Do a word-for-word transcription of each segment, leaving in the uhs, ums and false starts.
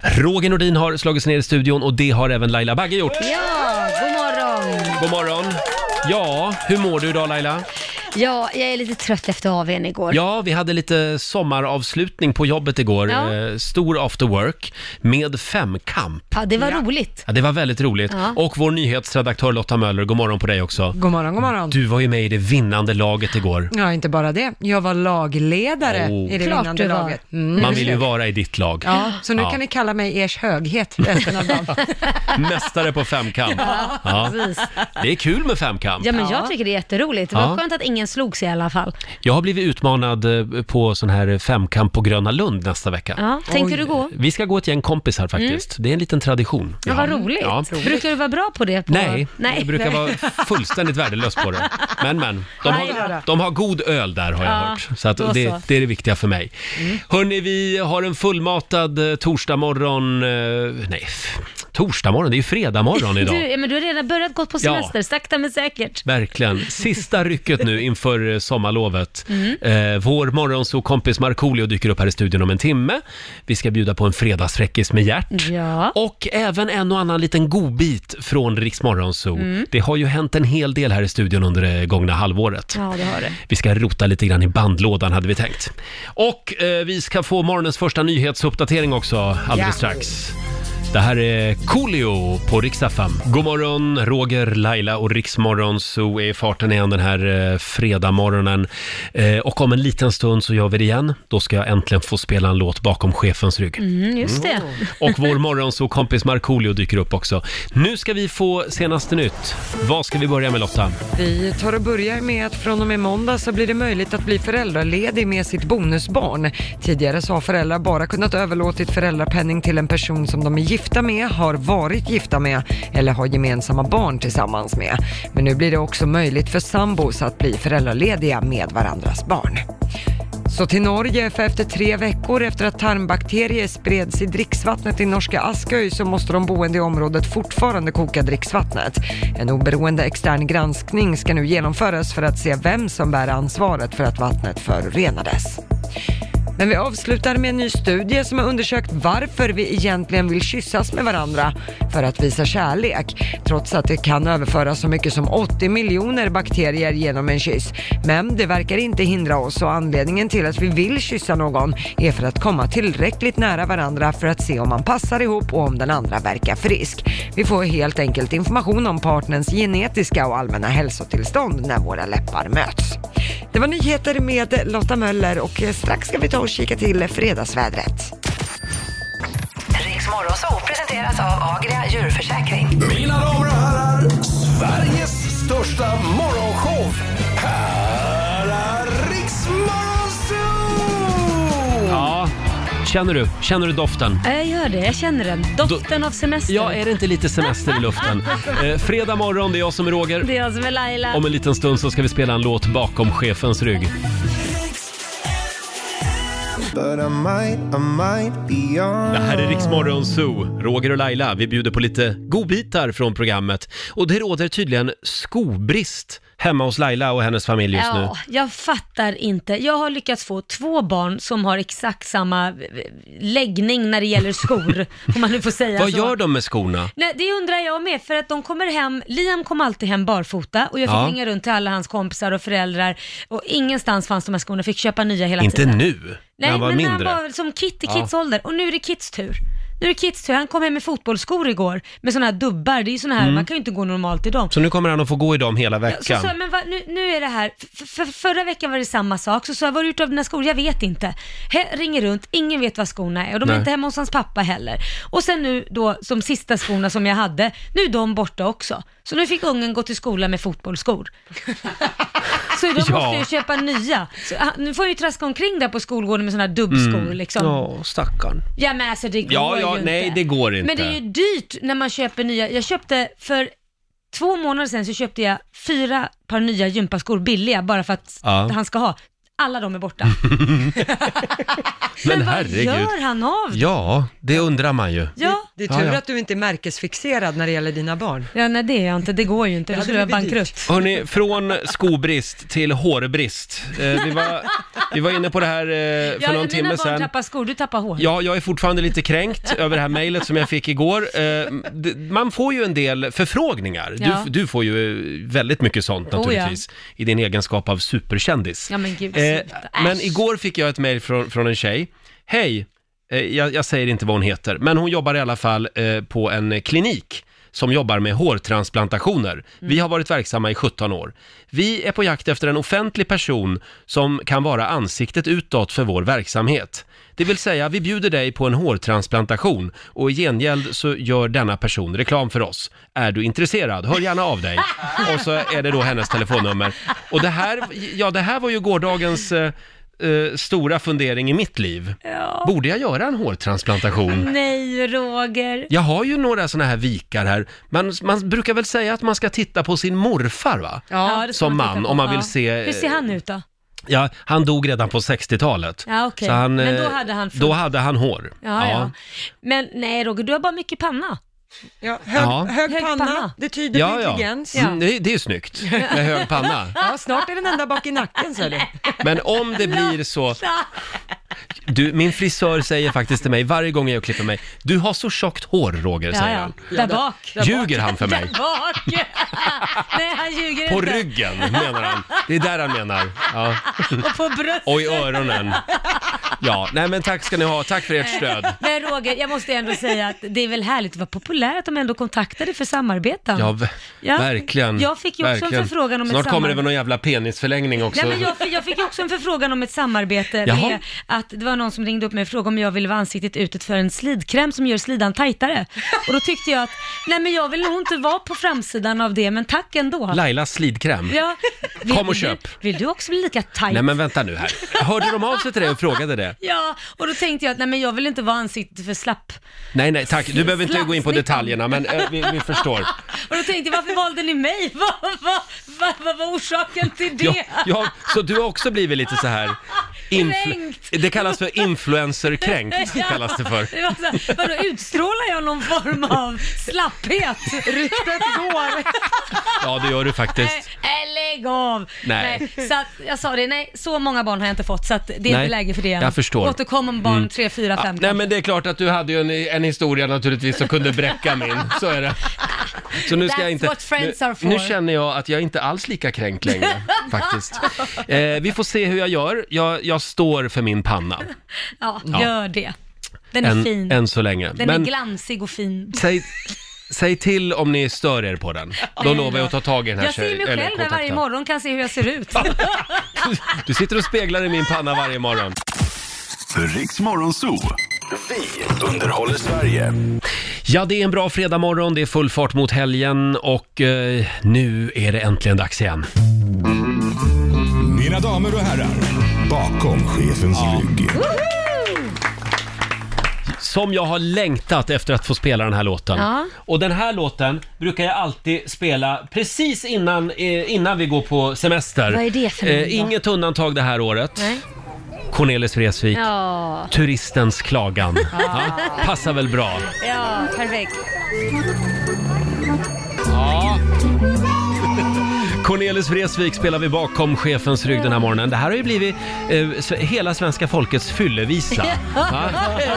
Roger Nordin har slagit sig ner i studion och det har även Laila Bagge gjort. Ja, god morgon. God morgon. Ja, hur mår du idag, Laila? Ja, jag är lite trött efter A V:n igår. Ja, vi hade lite sommaravslutning på jobbet igår. Ja. Eh, Stor after work med femkamp. Ja, det var Ja. roligt. Ja, det var väldigt roligt. Ja. Och vår nyhetsredaktör Lotta Möller, god morgon på dig också. God morgon, god morgon. Du var ju med i det vinnande laget igår. Ja, inte bara det. Jag var lagledare Oh. i det Klart vinnande du var. laget. Mm. Man vill ju vara i ditt lag. Ja, så nu Ja. kan ni kalla mig ers höghet resten av dagen. Mästare på femkamp. Ja. Precis. Det är kul med femkamp. Ja, men Ja. jag tycker det är jätteroligt. Det var Ja. skönt att ingen slog sig i alla fall. Jag har blivit utmanad eh, på sån här femkamp på Gröna Lund nästa vecka. Ja, tänkte Oj. du gå? Vi ska gå ett gäng kompisar faktiskt. Det är en liten tradition. Ja, vad roligt. Ja. Brukar du vara bra på det? På... Nej, Nej, jag brukar vara fullständigt värdelös på det. Men, men, de Aj har, då. de har god öl där har jag Ja, hört. Så att då det, så. det är det viktiga för mig. Mm. Hörrni, vi har en fullmatad eh, torsdag morgon. Eh, nej, f- torsdag morgon, det är ju fredag morgon idag. Du, ja, men du har redan börjat gå på Ja. semester, sakta men säkert. Verkligen. Sista rycket nu inför eh, sommarlovet. Mm. Eh, vår morgonsåkompis Markoolio dyker upp här i studion om en timme. Vi ska bjuda på en fredagsfräckis med hjärt. Ja. Och även en och annan liten godbit från Rix Morgonzoo. Mm. Det har ju hänt en hel del här i studion under det gångna halvåret. Ja, det har det. Vi ska rota lite grann i bandlådan hade vi tänkt. Och eh, vi ska få morgonens första nyhetsuppdatering också alldeles Ja. strax. Det här är Coolio på Rix F M. God morgon, Roger, Laila och Rix Morgonzoo är i farten igen den här eh, fredagmorgonen. Eh, och om en liten stund så gör vi det igen. Då ska jag äntligen få spela en låt bakom chefens rygg. Mm, just det. Och vår morgonsåkompis Markoolio dyker upp också. Nu ska vi få senaste nytt. Vad ska vi börja med, Lotta? Vi tar och börjar med att från och med måndag så blir det möjligt att bli föräldraledig med sitt bonusbarn. Tidigare så har föräldrar bara kunnat överlåtit föräldrapenning till en person som de är gifta med, har varit gifta med eller har gemensamma barn tillsammans med. Men nu blir det också möjligt för sambos att bli föräldralediga med varandras barn. Så till Norge, för efter tre veckor efter att tarmbakterier spreds i dricksvattnet i norska Askøy så måste de boende i området fortfarande koka dricksvattnet. En oberoende extern granskning ska nu genomföras för att se vem som bär ansvaret för att vattnet förorenades. Men vi avslutar med en ny studie som har undersökt varför vi egentligen vill kyssas med varandra för att visa kärlek, trots att det kan överföras så mycket som åttio miljoner bakterier genom en kyss. Men det verkar inte hindra oss, och anledningen till att vi vill kyssa någon är för att komma tillräckligt nära varandra för att se om man passar ihop och om den andra verkar frisk. Vi får helt enkelt information om partners genetiska och allmänna hälsotillstånd när våra läppar möts. Det var nyheter med Lotta Möller och strax ska vi ta och kika till fredagsvädret. Rix Morgonzoo presenteras av Agria djurförsäkring. Mina damer och herrar, Sveriges största morgonshow. Här är Rix Morgonzoo! Ja, känner du? Känner du doften? Ja, jag gör det, jag känner den. Doften av semester. Ja, är det inte lite semester i luften? Eh, fredag morgon, det är jag som är Roger. Det är jag som är Laila. Om en liten stund så ska vi spela en låt bakom chefens rygg. But I might, I might be on. Det här är Rix Morgonzoo. Roger och Laila, vi bjuder på lite godbitar från programmet. Och det råder tydligen skobrist hemma hos Laila och hennes familj just nu. Ja, jag fattar inte. Jag har lyckats få två barn som har exakt samma läggning när det gäller skor, om man nu får säga Vad så. gör de med skorna? Nej, det undrar jag med, för att de kommer hem, Liam kom alltid hem barfota och jag fick Ja. ringa runt till alla hans kompisar och föräldrar och ingenstans fanns de här skorna, fick köpa nya hela Inte tiden. nu, när Nej, han var men mindre. han var som Kit i Ja. Kits ålder och nu är det Kits tur. Nu är det Kits tur, han kom hem med fotbollsskor igår med såna här dubbar, det är ju såna här, man kan ju inte gå normalt i dem. Så nu kommer han att få gå i dem hela Så veckan. sa jag, men va, nu, nu är det här, för, för, förra veckan var det samma sak, så sa jag, vad har du gjort av dina skor? Jag vet inte. He, ringer runt, ingen vet vad skorna är och de är Nej. inte hemma hos hans pappa heller. Och sen nu då, som sista skorna som jag hade, nu är de borta också. Så nu fick ungen gå till skolan med fotbollsskor. Så då Ja. måste jag köpa nya. Så, ah, nu får jag ju traska omkring där på skolgården med såna här dubbskor liksom. Ja, stackarn. Ja men alltså det går Ja, ja, ju nej, inte. det går inte. Men det är ju dyrt när man köper nya. Jag köpte för två månader sedan så köpte jag fyra par nya gympaskor billiga bara för att Ja. han ska ha. Alla de är borta. Men vad herregud. gör han av det? Ja, det undrar man ju. Ja, Det är tur Ja, ja. att du inte är märkesfixerad när det gäller dina barn. Ja, nej det är jag inte. Det går ju inte. Då Det skulle jag hade blivit bankrutt. Hörrni, från skobrist till hårbrist. Eh, vi, var, vi var inne på det här eh, för Ja, någon timme mina barn sedan. tappar skor, du tappar hår. Ja, jag är fortfarande lite kränkt över det här mejlet som jag fick igår. Eh, d- man får ju en del förfrågningar. Ja. Du, du får ju väldigt mycket sånt naturligtvis. I din egenskap av superkändis. Ja, men gud, Eh, sluta. men Äsch. igår fick jag ett mejl från, från en tjej. Hej, eh, jag, jag säger inte vad hon heter, men hon jobbar i alla fall eh, på en klinik som jobbar med hårtransplantationer. Mm. Vi har varit verksamma i sjutton år. Vi är på jakt efter en offentlig person som kan vara ansiktet utåt för vår verksamhet. Det vill säga, vi bjuder dig på en hårtransplantation och i gengäld så gör denna person reklam för oss. Är du intresserad? Hör gärna av dig. Och så är det då hennes telefonnummer. Och det här, ja, det här var ju gårdagens eh, eh, stora fundering i mitt liv. Ja. Borde jag göra en hårtransplantation? Nej, Roger. Jag har ju några såna här vikar här. Man, man brukar väl säga att man ska titta på sin morfar, va? Ja, det ska Som man titta man, på. om man vill Ja. se... Hur ser han ut då? Ja, han dog redan på sextiotalet. Ja, okej. Så han, Men då eh, hade han full- Då hade han hår. Ja, ja. Men nej, Roger, du har bara mycket panna. Ja, hög, Ja. hög, Hög panna, panna. det tyder Ja, på ja. intelligens. Mm, det, det är snyggt med hög panna. Ja, snart är den ända bak i nacken, så är det. Men om det blir så... Du, min frisör säger faktiskt till mig varje gång jag klipper mig, du har så tjockt hår, Roger, Ja, säger ja. han. Där bak. Ljuger han för mig? Där bak. Nej, han ljuger På inte. ryggen, menar han. Det är där han menar. Ja. Och på bröstet. Och i öronen. Ja, nej men tack ska ni ha. Tack för ert stöd. Men Roger, jag måste ändå säga att det är väl härligt att vara populär, att de ändå kontaktade för samarbeten. Ja, v- Ja, verkligen. jag fick ju också en verkligen. förfrågan om ett Snart kommer det samarbete. väl någon jävla penisförlängning också. Nej, men jag, fick, jag fick ju också en förfrågan om ett samarbete Jaha. med att det var någon som ringde upp mig och frågade om jag ville vara ansiktet utåt för en slidkräm som gör slidan tajtare. Och då tyckte jag att, nej men jag vill nog inte vara på framsidan av det, men tack ändå. Lailas slidkräm. Ja. Vill, Kom och vill köp. Du, vill du också bli lika tajt? Nej men vänta nu här. Hörde de av sig till dig och frågade det? Ja, och då tänkte jag att nej men jag vill inte vara ansiktet för slapp. Nej, nej, tack. Du behöver inte gå in på Slappsnitt. detaljerna, men eh, vi, vi förstår. Och då tänkte jag, varför valde ni mig? Vad vad vad vad var orsaken till det? Ja, ja, så du har också blivit lite så här... Kränkt. Det kallas för influencerkränkt, kallas det för. Det var så här, vadå, utstrålar jag någon form av slapphet? Ryktet går. Ja, det gör du faktiskt. Nej, lägg av! Nej. Så att, jag sa det, nej, så många barn har jag inte fått, så att det är Nej, inte läge för det än. jag förstår. Återkom om barn tre, fyra, fem. Nej, men det är klart att du hade ju en, en historia naturligtvis som kunde bräcka min. Så är det. Så nu ska jag That's inte... what friends nu, are for. nu känner jag att jag inte alls lika kränkt längre, faktiskt. Eh, vi får se hur jag gör. Jag, jag står för min panna. Ja, Ja. gör det. Den är Än, fin. än så länge. Den Men är glansig och fin. säg, säg till om ni stör er på den. Då lovar jag att ta tag i den här Jag ser mig tjej- själv eller där varje kontakta. morgon, kan se hur jag ser ut. Du sitter och speglar i min panna varje morgon. Riks Morgonzoo. Vi underhåller Sverige. Ja, det är en bra fredagmorgon, det är full fart mot helgen och eh, nu är det äntligen dags igen. Mina damer och herrar, bakom chefens rygg. Som jag har längtat efter att få spela den här låten. Ja. Och den här låten brukar jag alltid spela precis innan, eh, innan vi går på semester. Vad är det för något då? Inget undantag det här året. Nej. Cornelis Vreeswijk, Ja, Turistens klagan. Ja, passar väl bra. ja, perfekt. Ja. Cornelis Vreeswijk spelar vi bakom chefens rygg den här morgonen. Det här har ju blivit eh, s- hela svenska folkets fyllevisa. Ja.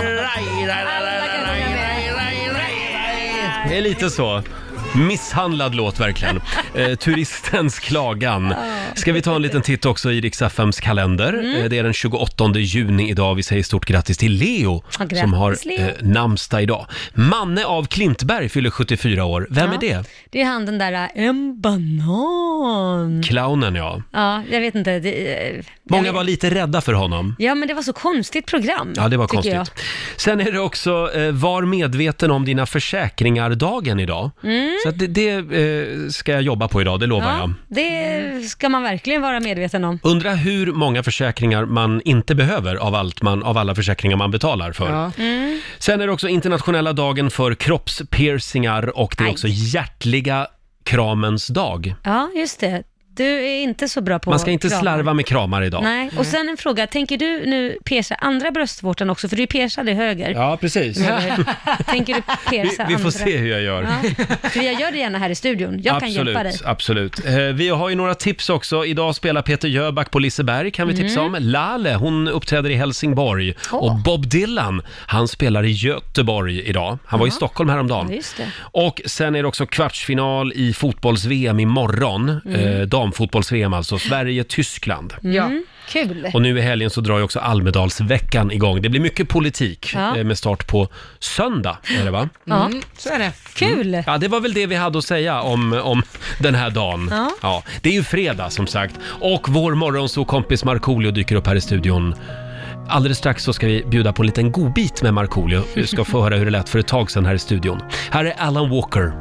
Det är lite så. Misshandlad låt verkligen. Eh, turistens klagan. Ska vi ta en liten titt också i Rix F M:s kalender. Mm. Eh, det är den tjugoåttonde juni idag. Vi säger stort grattis till Leo Ja, grattis, som har Leo. eh, namnsdag idag. Manne av Klintberg fyller sjuttiofyra år. Vem Ja. är det? Det är han den där, äh, en banan. Clownen, ja. Ja, jag vet inte. Det, eh, jag Många vet. var lite rädda för honom. Ja, men det var så konstigt program. Ja, det var tycker konstigt. Sen är det också, eh, var medveten om dina försäkringar-dagen idag. Så att det, det eh, ska jag jobba på idag, det lovar Mm. Ja, jag. det ska man verkligen vara medveten om. Undra hur många försäkringar man inte behöver av, allt man, av alla försäkringar man betalar för. Ja. Sen är det också internationella dagen för kroppspiercingar och det är Aj. också hjärtliga kramens dag. Ja, just det. du är inte så bra på Man ska inte kramar. slarva med kramar idag. Nej, och sen en fråga. Tänker du nu pierca andra bröstvårtan också? För du är piercad i höger. Ja, precis. Eller, tänker du pierca Vi, vi får andra? se hur jag gör. Ja, för jag gör det gärna här i studion. Jag kan hjälpa dig. Absolut. Eh, vi har ju några tips också. Idag spelar Peter Jöback på Liseberg, kan vi tipsa om. Lale, hon uppträder i Helsingborg. Åh. Och Bob Dylan, han spelar i Göteborg idag. Han var i Stockholm häromdagen. Ja, just det. Och sen är det också kvartsfinal i fotbolls-V M imorgon. Eh, damfotbolls-V M alltså. Sverige-Tyskland. Ja. Kul. Och nu i helgen så drar ju också Almedalsveckan igång. Det blir mycket politik Ja. eh, med start på söndag, är det va? Ja, Mm, så är det. kul. Ja, det var väl det vi hade att säga om, om den här dagen. Ja. Det är ju fredag som sagt. Och vår morgonsåkompis Markoolio dyker upp här i studion. Alldeles strax så ska vi bjuda på en liten godbit med Markoolio. Vi ska få höra hur det lät för ett tag sedan här i studion. Här är Alan Walker.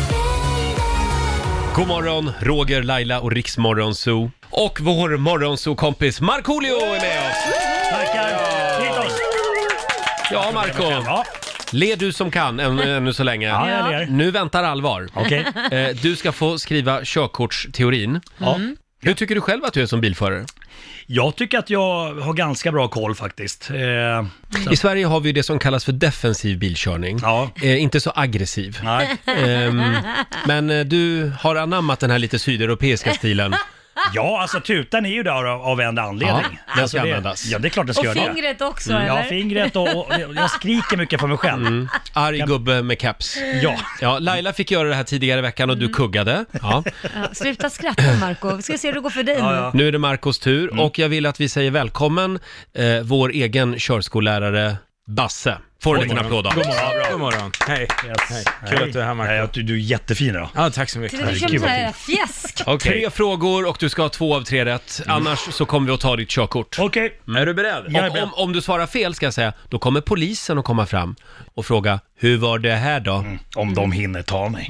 God morgon, Roger, Laila och Riksmorgonzoo. Och vår morgonsåkompis Markoolio är med oss. Tackar. Hit oss. Ja, Marco. Ja, Le du som kan än, ännu så länge. ja jag ler. Nu väntar allvar. Okej. Eh, Du ska få skriva körkortsteorin. Ja. Hur tycker du själv att du är som bilförare? Jag tycker att jag har ganska bra koll faktiskt. Eh, I Sverige har vi det som kallas för defensiv bilkörning. ja. Eh, inte så aggressiv. Nej. Ehm, men eh, du har anammat den här lite sydeuropeiska stilen. Ja, alltså tutan är ju där av, av en anledning. Ja, den ska alltså, det, användas. Ja, det är klart den ska Och göra det. fingret också, Ja, eller? fingret och, och jag skriker mycket för mig själv. Mm. Arg gubbe med caps. Ja. Ja, Laila fick göra det här tidigare i veckan och du kuggade. Ja. Ja, sluta skratta, Marco. Vi ska se hur det går för dig Ja, nu. ja. Nu är det Marcos tur och jag vill att vi säger välkommen eh, vår egen körskollärare Basse. Får en liten applåd av. God morgon. God morgon. Hej. Yes. Kul att du är här, Marco. Nej, att du, du är jättefin idag. Ja, tack så mycket. Titta, du kör Gud, så vad här fjäsk. Okej. Tre frågor och du ska ha två av tre rätt. Annars så kommer vi att ta ditt körkort. Okej. Är du beredd? Jag är Och beredd. om, om du svarar fel ska jag säga, då kommer polisen att komma fram och fråga, hur var det här då? Mm, om de hinner ta mig.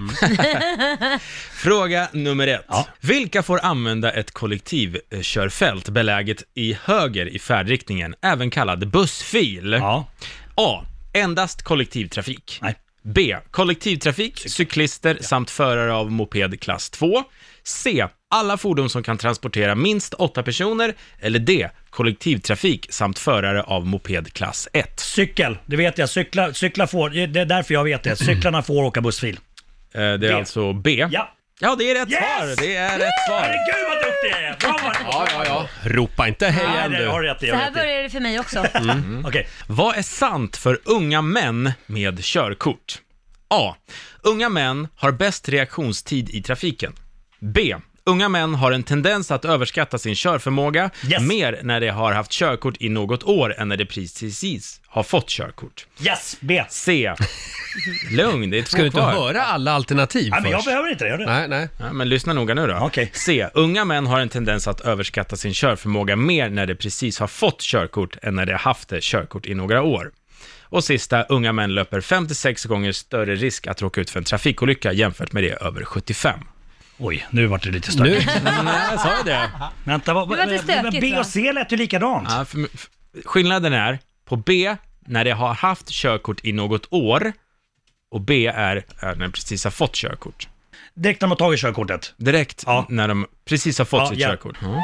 Fråga nummer ett. Ja. Vilka får använda ett kollektivkörfält beläget i höger i färdriktningen, även kallad bussfil? Ja. A. Endast kollektivtrafik. Nej. B. Kollektivtrafik, cyklister samt förare av moped klass två. C. Alla fordon som kan transportera minst åtta personer. Eller D. Kollektivtrafik samt förare av moped klass ett. Cykel, det vet jag. Cykla, cykla får, det är därför jag vet det. Cyklarna får åka bussfil. Eh, Det är B. alltså B. Ja. Ja, det är rätt Yes! svar. Det är rätt svar. Herregud vad duktig jag är! Bra Marco! Ja, ja, ja. Ropa inte hej Nej, igen det har du. du rätt i. Så jag här vet i. börjar det för mig också. Okej. Vad är sant för unga män med körkort? A. Unga män har bäst reaktionstid i trafiken. B. Unga män har en tendens att överskatta sin körförmåga Yes. mer när de har haft körkort i något år än när de precis har fått körkort. Yes, B. C. Lugn, det är två Ska du inte kvar. höra alla alternativ Nej, men jag först? behöver inte det. Gör det. Nej, nej. Ja, men lyssna noga nu då. Okej. C. Unga män har en tendens att överskatta sin körförmåga mer när de precis har fått körkort än när de har haft det körkort i några år. Och sista, unga män löper fem till sex gånger större risk att råka ut för en trafikolycka jämfört med det över sjuttiofem. Oj, nu vart det lite Nu, stökigt. Nej, jag sa ju det. Vänta, vad, Det var lite men stökigt, B va? och C lät ju likadant. Ja, för, för, skillnaden är, på B, när de har haft körkort i något år, och B är, är när de precis har fått körkort. Direkt när de har tagit körkortet. Direkt Ja. när de precis har fått Ja, sitt ja. körkort. Var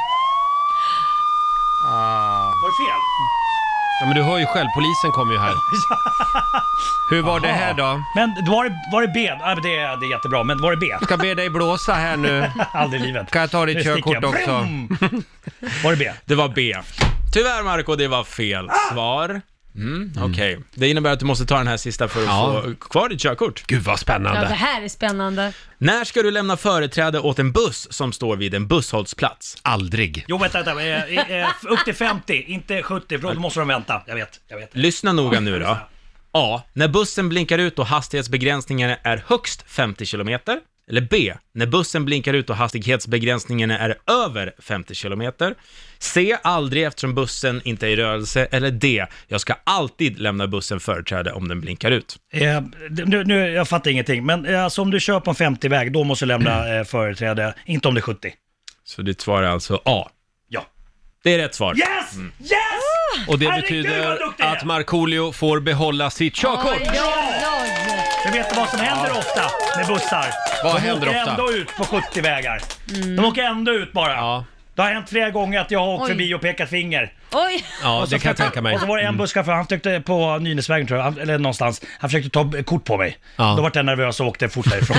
det fel? ja, men du hör ju själv, polisen kommer ju här. Hur var det här då? Men var det, var det B? Ja, men det, är, det är jättebra, men var det B? Ska be dig blåsa här nu. Aldrig i livet. Kan jag ta ditt Nu sticker körkort jag. också? Vroom! Var det B? Det var B. Tyvärr, Marco, det var fel svar. Mm, Okej. Det innebär att du måste ta den här sista för att Ja. få kvar ditt körkort. Gud vad Ja, det spännande. här är spännande. När ska du lämna företräde åt en buss som står vid en busshållplats? Aldrig. Jo, vänta, vänta. Eh, eh, upp till femtio, inte sjuttio, för då måste de vänta. Jag vet, jag vet. Lyssna noga nu då. A. När bussen blinkar ut och hastighetsbegränsningen är högst femtio kilometer. Eller B. När bussen blinkar ut och hastighetsbegränsningen är över femtio kilometer. C. Aldrig eftersom bussen inte är i rörelse. Eller D. Jag ska alltid lämna bussen företräde om den blinkar ut. Eh, nu, nu, jag fattar ingenting, men eh, alltså, om du kör på en femtio-väg, då måste du lämna eh, företräde, inte om det är sjuttio. Så ditt svar är alltså A. Ja. Det är rätt svar. Yes! Yes! Och det Herregud, vad betyder duktig jag är. att Markoolio får behålla sitt körkort. Oj, oj, oj. Jag vet vad som händer Ja. ofta med bussar. Vad de händer åker ofta? ändå ut på sjuttio-vägar. Mm. De åker ändå ut bara. Ja. Det har hänt flera gånger att jag har åkt Oj. förbi och pekat finger. Oj! Ja, Och så det kan jag försökte- tänka mig. Och så var det en busschaufför, han försökte på Nynäsvägen tror jag, han- eller någonstans. Han försökte ta kort på mig. Ja. Då var jag nervös och åkte fort därifrån.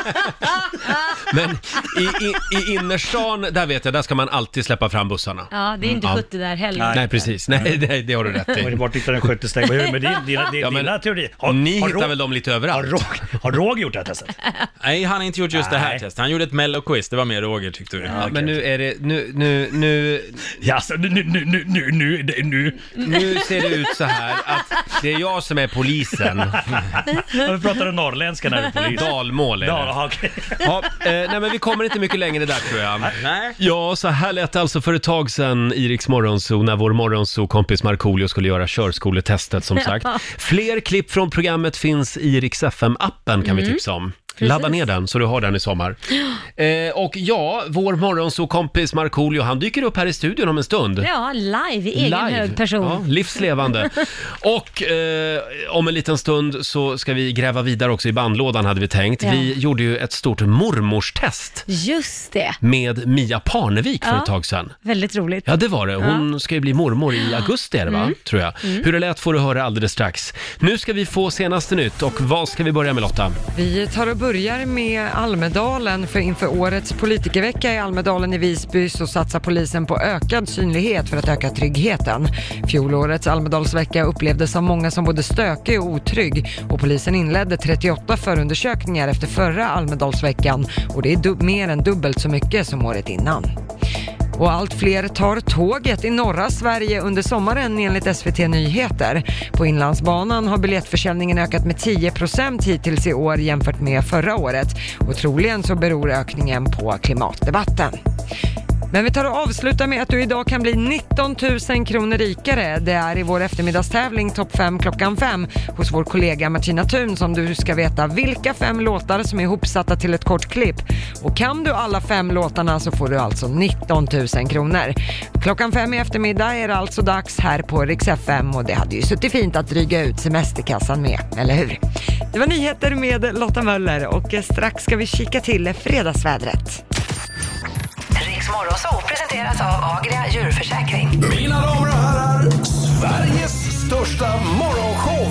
Men i, i, i innerstan, där vet jag, där ska man alltid släppa fram bussarna. Ja, det är inte Ja. sjuttio där heller. Nej. Nej, precis. Nej, det, det har du rätt Jag har i. varit hittade en skyttestäng. Men det är dina, det är Ja, men dina teorier. Har, Ni har hittar Rå- väl dem lite Har, överallt? Roger, har Roger gjort det här testet? Nej, han har inte gjort just det här Nej. testet. Han gjorde ett mello-quiz, det var mer Roger tyckte du. Ja, men nu är det, nu, nu, nu, Ja, alltså, nu, nu, nu, nu, nu, nu, det- nu. nu ser det ut så här att det är jag som är polisen. Vi pratade norrländska när du är polis. Dalmål är det. Ja, okej. Ja, eh, nej men vi kommer inte mycket längre där tror jag. Nej. Ja, så här lät det alltså för ett tag sedan i Riks Morgonzoo när vår morgonzoo-kompis Markoolio skulle göra körskoletestet som sagt. Ja. Fler klipp från programmet finns i Riks F M-appen kan vi tipsa om. Ladda ner den så du har den i sommar. Eh, och ja, vår morgonzoo-kompis Markoolio, han dyker upp här i studion om en stund. Ja, live i egen hög person. Ja, livslevande. Och eh, om en liten stund så ska vi gräva vidare också i bandlådan hade vi tänkt. Ja. Vi gjorde ju ett stort mormorstest Just det. med Mia Parnevik för Ja. ett tag sedan. Väldigt roligt. Ja, det var det. Hon ska ju bli mormor i augusti är det va? Mm. Tror jag. Hur det lät får du höra alldeles strax. Nu ska vi få senaste nytt och vad ska vi börja med Lotta? Vi tar och börjar med Almedalen, för inför årets politikervecka i Almedalen i Visby så satsar polisen på ökad synlighet för att öka tryggheten. Fjolårets Almedalsvecka upplevdes av många som både stökig och otrygg och polisen inledde trettioåtta förundersökningar efter förra Almedalsveckan och det är dub- mer än dubbelt så mycket som året innan. Och allt fler tar tåget i norra Sverige under sommaren enligt S V T Nyheter. På Inlandsbanan har biljettförsäljningen ökat med tio procent hittills i år jämfört med förra året. Och troligen så beror ökningen på klimatdebatten. Men vi tar och avslutar med att du idag kan bli nitton tusen kronor rikare. Det är i vår eftermiddagstävling topp fem klockan fem hos vår kollega Martina Thun som du ska veta vilka fem låtar som är ihopsatta till ett kort klipp. Och kan du alla fem låtarna så får du alltså nitton tusen kronor. Klockan fem i eftermiddag är det alltså dags här på Riks F M och det hade ju suttit fint att dryga ut semesterkassan med, eller hur? Det var nyheter med Lotta Möller och strax ska vi kika till fredagsvädret. Riks Morgonzoo presenteras av Agria djurförsäkring. Mina damer och herrar, Sveriges största morgonshow.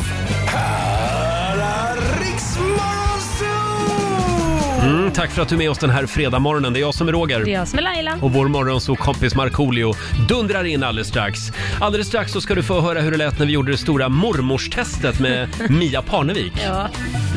Här är Riks Morgonzoo! Mm, tack för att du är med oss den här fredagmorgonen. Det är jag som är Roger. Det är jag som är Laila. Och vår morgonzoo-kompis Markoolio dundrar in alldeles strax. Alldeles strax så ska du få höra hur det lät när vi gjorde det stora mormorstestet med Mia Parnevik. Ja.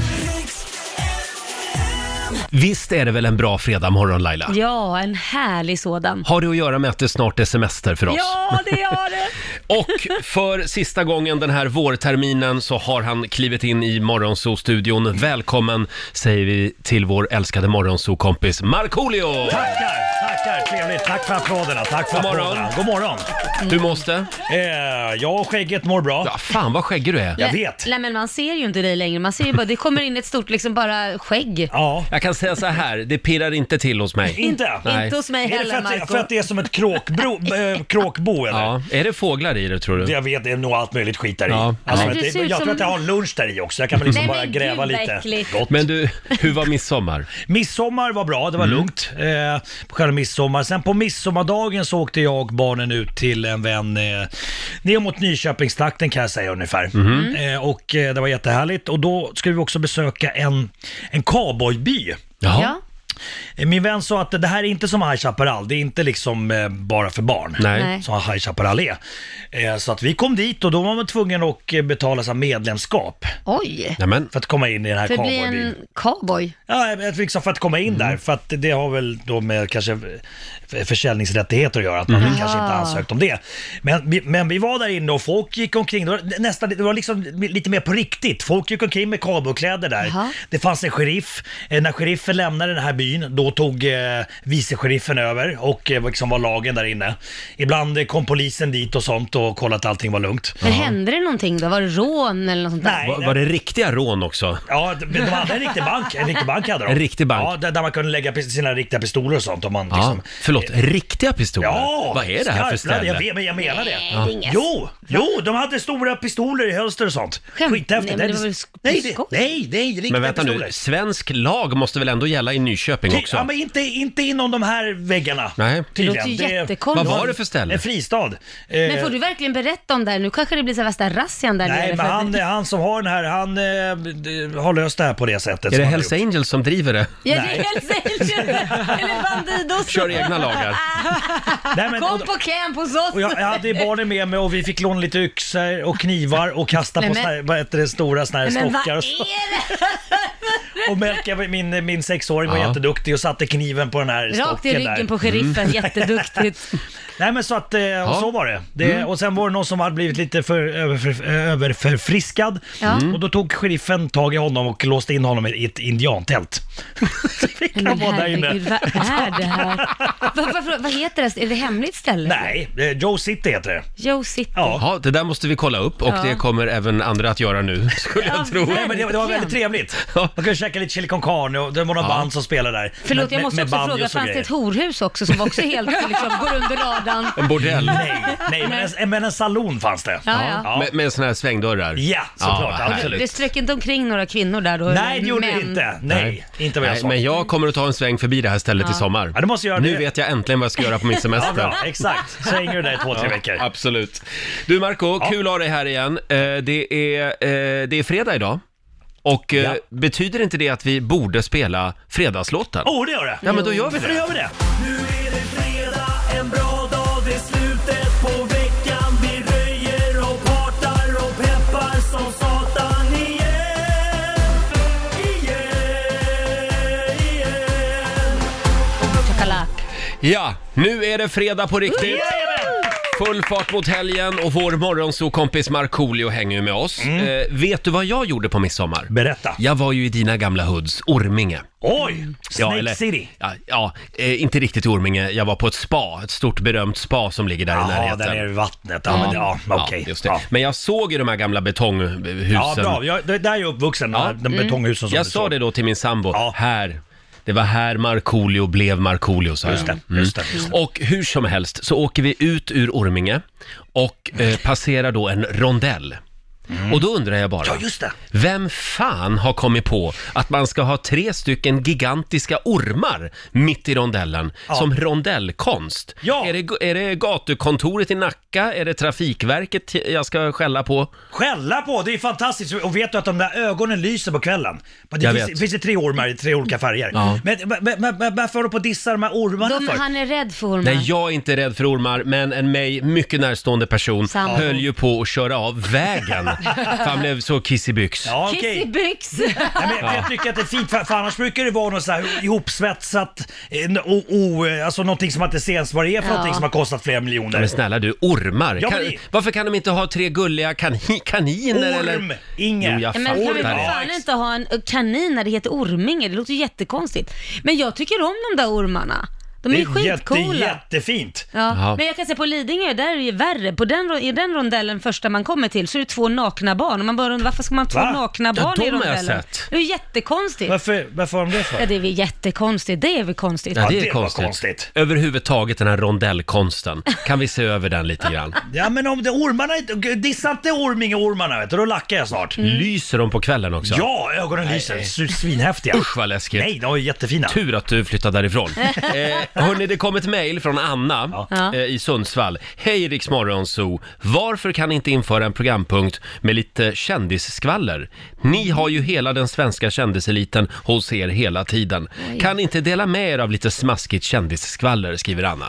Visst är det väl en bra fredagmorgon Laila? ja, en härlig sådan. Har det att göra med att det snart är semester för oss? Ja, det har det. Och för sista gången den här vårterminen så har han klivit in i Morgonzoo-studion. Välkommen säger vi till vår älskade Morgonzoo-kompis Markoolio! Tackar, tackar, trevligt. Tack för applåderna. Tack för God morgon. applåderna. God morgon. Du måste? Eh, jag och skägget mår bra. Ja, fan vad skäggig du är. Jag vet. Nej, men man ser ju inte dig längre. Man ser ju bara, det kommer in ett stort liksom bara skägg. Ja. Jag kan säga så här, det pirrar inte till hos mig. Inte? Nej. Inte hos mig Är det för heller, att, det, Marco. för att det är som ett kråkbro, äh, kråkbo eller? Ja, är det fåglar i det tror du? Det jag vet, det är nog allt möjligt skit där i. Ja. Alltså, Men att det det, ser jag ut tror som- att jag har en lunch där i också. Jag kan väl liksom Nej, bara men gräva gud, vad lite. äckligt. Gott. Men du, hur var midsommar? Midsommar var bra, det var lugnt. Eh, på själva midsommar. Sen på midsommardagen så åkte jag och barnen ut till en vän eh, ner mot Nyköpingstrakten kan jag säga ungefär. Eh, och eh, det var jättehärligt. Och då skulle vi också besöka en, en cowboyby. Jaha. Ja. Eh, Min vän sa att det här är inte som High Chaparral, det är inte liksom eh, bara för barn. Nej. Nej. Som High Chaparral är. Eh, så att vi kom dit och då var man tvungen att eh, betala så här medlemskap Oj. Nämen. för att komma in i den här För att bli cowboybyn. en cowboy. Ja, jag- liksom för att komma in där, för att det har väl då med kanske f- försäljningsrättigheter att göra, att man kanske inte Ah. ansökt om det. Men, vi- men vi var där inne och folk gick omkring, det var, nästan, det var liksom lite mer på riktigt. Folk gick omkring med cowboykläder där. Jaha. Det fanns en sheriff, Eh, när sheriffen lämnade den här byn, då då tog eh, vice-sheriffen över och eh, liksom var lagen där inne. Ibland eh, kom polisen dit och sånt och kollade att allting var lugnt. Men hände det någonting då? Var det rån eller något sånt där? Nej. Var, var det riktiga rån också? Ja, de, de hade en riktig bank. En riktig bank hade de. En riktig bank? Ja, där, där man kunde lägga sina riktiga pistoler och sånt. Om man Ja, liksom, förlåt, riktiga pistoler? Ja, Vad är det här för skarpladdade, ställe? Jag, vet, men jag menar det. Nej, det är inget. Jo, jo, de hade stora pistoler i hölster och sånt. Skämt. Skithäftigt. Nej, men det var väl sk- nej, det, skott? nej, nej, riktiga Men vänta pistoler. nu, svensk lag måste väl ändå gälla i Nyköping också? Ja, men inte, inte inom de här väggarna. Nej. Det låter ju jättekonstigt. Vad var det för ställe? En fristad. Eh, Men får du verkligen berätta om det här? Nu kanske det blir så här värsta razzian där Nej, nere. men för att- han, han som har den här, han eh, d- har löst det här på det sättet. Är som det han Hells har gjort. Angels som driver det? Ja, det Nej. är helt säkert. Eller Bandidos. Kör egna lagar. Nej, men, Kom och, på camp hos oss. och jag, jag hade barnen med mig och vi fick låna lite yxor och knivar och kasta Nej, på men- såna här, vad heter det, stora såna här Men vad stockar. Och, så. är det? och Melka, min, min sexåring, var Ja. jätteduktig och satte kniven på den här Rakt i stocken ryggen där. på sheriffen, jätteduktigt. Nej, men så att, eh, och så var det. det Och sen var det någon som hade blivit lite för, överför, överförfriskad. Ja. Mm. Och då tog sheriffen tag i honom och låste in honom i ett indiantält. Så fick han Men vara där inne. herregud, vad är det här? Vad, vad, vad heter det? Är det hemligt ställe? Nej, eh, Joe City heter det. Joe City. Ja. Ja, det där måste vi kolla upp och Ja. det kommer även andra att göra nu, skulle jag Ja, tro. verkligen. Nej, men det, det var väldigt trevligt. Ja. Man kunde käka lite chili con carne och det var några Ja. band som spelade där. Förlåt, Med- jag måste med också banjos fråga, och fanns det grejer. ett horhus också som var också helt liksom, går under radarn? En bordell. Nej, nej men, en, men en salon fanns det. Ja, ja. Ja. Med, med såna här svängdörrar. Ja, såklart, vad härligt. absolut. Det strök inte omkring några kvinnor där då? Nej, eller det gjorde det män? inte. Nej, inte vad jag Nej, sa. men jag kommer att ta en sväng förbi det här stället i sommar. Ja, du måste göra Nu det. vet jag äntligen vad jag ska göra på min Ja, semester. bra. Exakt. Så hänger du där i två, tre veckor. Absolut. Du Marco, Ja. kul att ha dig här igen. Eh, Det är, eh, det är fredag idag. Och eh, Ja. betyder inte det att vi borde spela fredagslåten? Oh, det gör det. Ja, men då gör vi Då det. gör vi det. Nu är det fredag, en bra dag, det är slutet på veckan. Vi röjer och partar och peppar som satan igen. Igen, igen. Chokalak. Ja, nu är det fredag på riktigt. Jajamän! Full fart mot helgen och vår morgonsokompis Markoolio hänger ju med oss. Mm. Eh, vet du vad jag gjorde på midsommar? Berätta. Jag var ju i dina gamla hoods, Orminge. Oj, Snake City. Ja, ja eh, inte riktigt i Orminge. Jag var på ett spa, ett stort berömt spa som ligger där i Jaha, närheten. där nere vid vattnet. Ja, men ja, okej. Ja, just det. Ja. Men jag såg ju de här gamla betonghusen. Ja, bra. Jag, det, där är jag uppvuxen, Ja. de betonghusen som Jag du sa såg. det då till min sambo. Ja. Här. Det var här Markoolio blev Markoolio, sa Just jag. det, just det, just det. Och hur som helst så åker vi ut ur Orminge och eh, passerar då en rondell. Och då undrar jag bara, Ja, just det. vem fan har kommit på att man ska ha tre stycken gigantiska ormar mitt i rondellen Ja. som rondellkonst? Ja. Är det, är det gatukontoret i Nacka? Är det Trafikverket jag ska skälla på? Skälla på, det är fantastiskt. Och vet du att de där ögonen lyser på kvällen? Men det Jag finns, vet. finns det tre ormar i tre olika färger. Ja. Men, men, men, men varför håller du på att dissa de här ormarna De, för? han är rädd för ormar. Nej, jag är inte rädd för ormar, men en mig mycket närstående person Sambo. höll ju på att köra av vägen. För han blev så kissibyx. Ja, okej. Kissibyx. Nej, men jag tycker att det är fint, för, för annars brukar det vara något så här ihopsvetsat, eh, o, o, alltså någonting som man inte ser ens vad det är för Ja. någonting som har kostat flera miljoner. Men snälla du, ormar. Ja, kan, men det- varför kan de inte ha tre gulliga kanin, kaniner? Orm, eller? Inge. Jo, jag Men kan vi fattar för det. fan inte ha en kanin när det heter Orminge? Det låter ju jättekonstigt. Men jag tycker om de där ormarna. De är Det ju är jätte, skitcoola. jättefint. Ja. Jaha. Men jag kan säga på Lidingö, där är det ju värre. På den, i den rondellen första man kommer till så är det två nakna barn. Och man bara undrar, varför ska man ha två Va? nakna Ja, barn de i har jag rondellen? sett. Det är ju jättekonstigt. Varför, varför har de det för? Ja, det är väl jättekonstigt. Det är väl konstigt. Ja, det är det var konstigt. konstigt. Överhuvudtaget den här rondellkonsten. Kan vi se över den lite grann? Ja, men om det ormarna inte, dissa inte Orminge-ormarna vet du, då lackar jag snart. Lyser de på kvällen också? Ja, ögonen lyser. S- Svinhäftiga. Usch vad läskigt. Nej, de är jättefina. Tur att du flyttade därifrån. eh, hörni, det kom ett mejl från Anna Ja. eh, i Sundsvall. Hej Rix Morgonzoo. Varför kan ni inte införa en programpunkt med lite kändisskvaller? Ni har ju hela den svenska kändiseliten hos er hela tiden. Kan ni inte dela med er av lite smaskigt kändisskvaller, skriver Anna.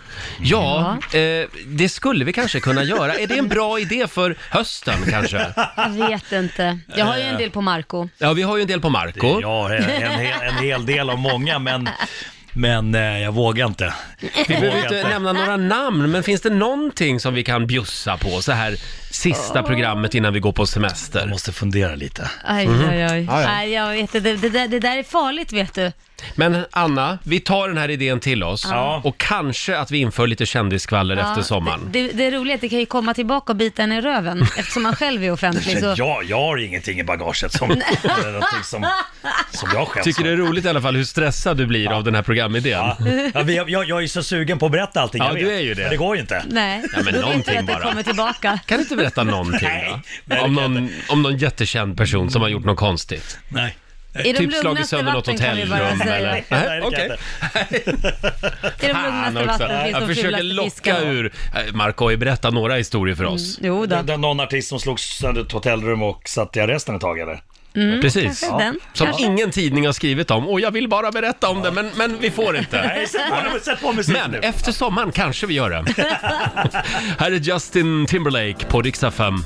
Ja, eh, det skulle vi kanske kunna göra. Är det en bra idé för hösten kanske? Jag vet inte. Jag har ju en del på Marco. Ja, vi har ju en del på Marco. Ja, en, en, hel, en hel del av många, men, men eh, jag vågar inte. Vi behöver inte nämna några namn, men finns det någonting som vi kan bjussa på så här sista programmet innan vi går på semester? Jag måste fundera lite. Aj, Mhm. aj, aj. Ja, ja. Nej, jag vet inte. Det, det, där, det där är farligt, vet du. Men Anna, vi tar den här idén till oss. Ja. Och kanske att vi inför lite kändisskvaller Ja, efter sommaren. Det, det, det är roligt, det kan ju komma tillbaka och bita en i röven eftersom man själv är offentlig. Så... Jag, jag har ingenting i bagaget som, eller någonting som, som jag skäms Tycker för. det är roligt i alla fall hur stressad du blir av den här programidén. Ja. Ja, men jag, jag, jag är så sugen på att berätta allting Ja, jag vet. du är ju det. Men det går ju inte. Nej, Ja, men då någonting vet du att det bara. kommer tillbaka. Kan du inte berätta någonting Nej, då? nej, om, det kan någon, om någon jättekänd person som har gjort något konstigt. Nej. I de Typ slagit lugnaste sönder något vatten kan vi bara hotellrum säga. eller... Nej, det kan okej. I de Fan lugnaste också. vatten finns Jag de försöker fulaste locka fiskarna. ur... Eh, Marco har ju berättat några historier för oss. Jo då. Det, det är någon artist som slog sönder ett hotellrum och satt i arresten ett tag, eller? Precis. Kanske den. Som Kanske. ingen tidning har skrivit om. Och jag vill bara berätta om det, men, men vi får inte. Nej, sätt på, sätt på musik Men nu. efter sommaren kanske vi gör det. Här är Justin Timberlake på Rix F M.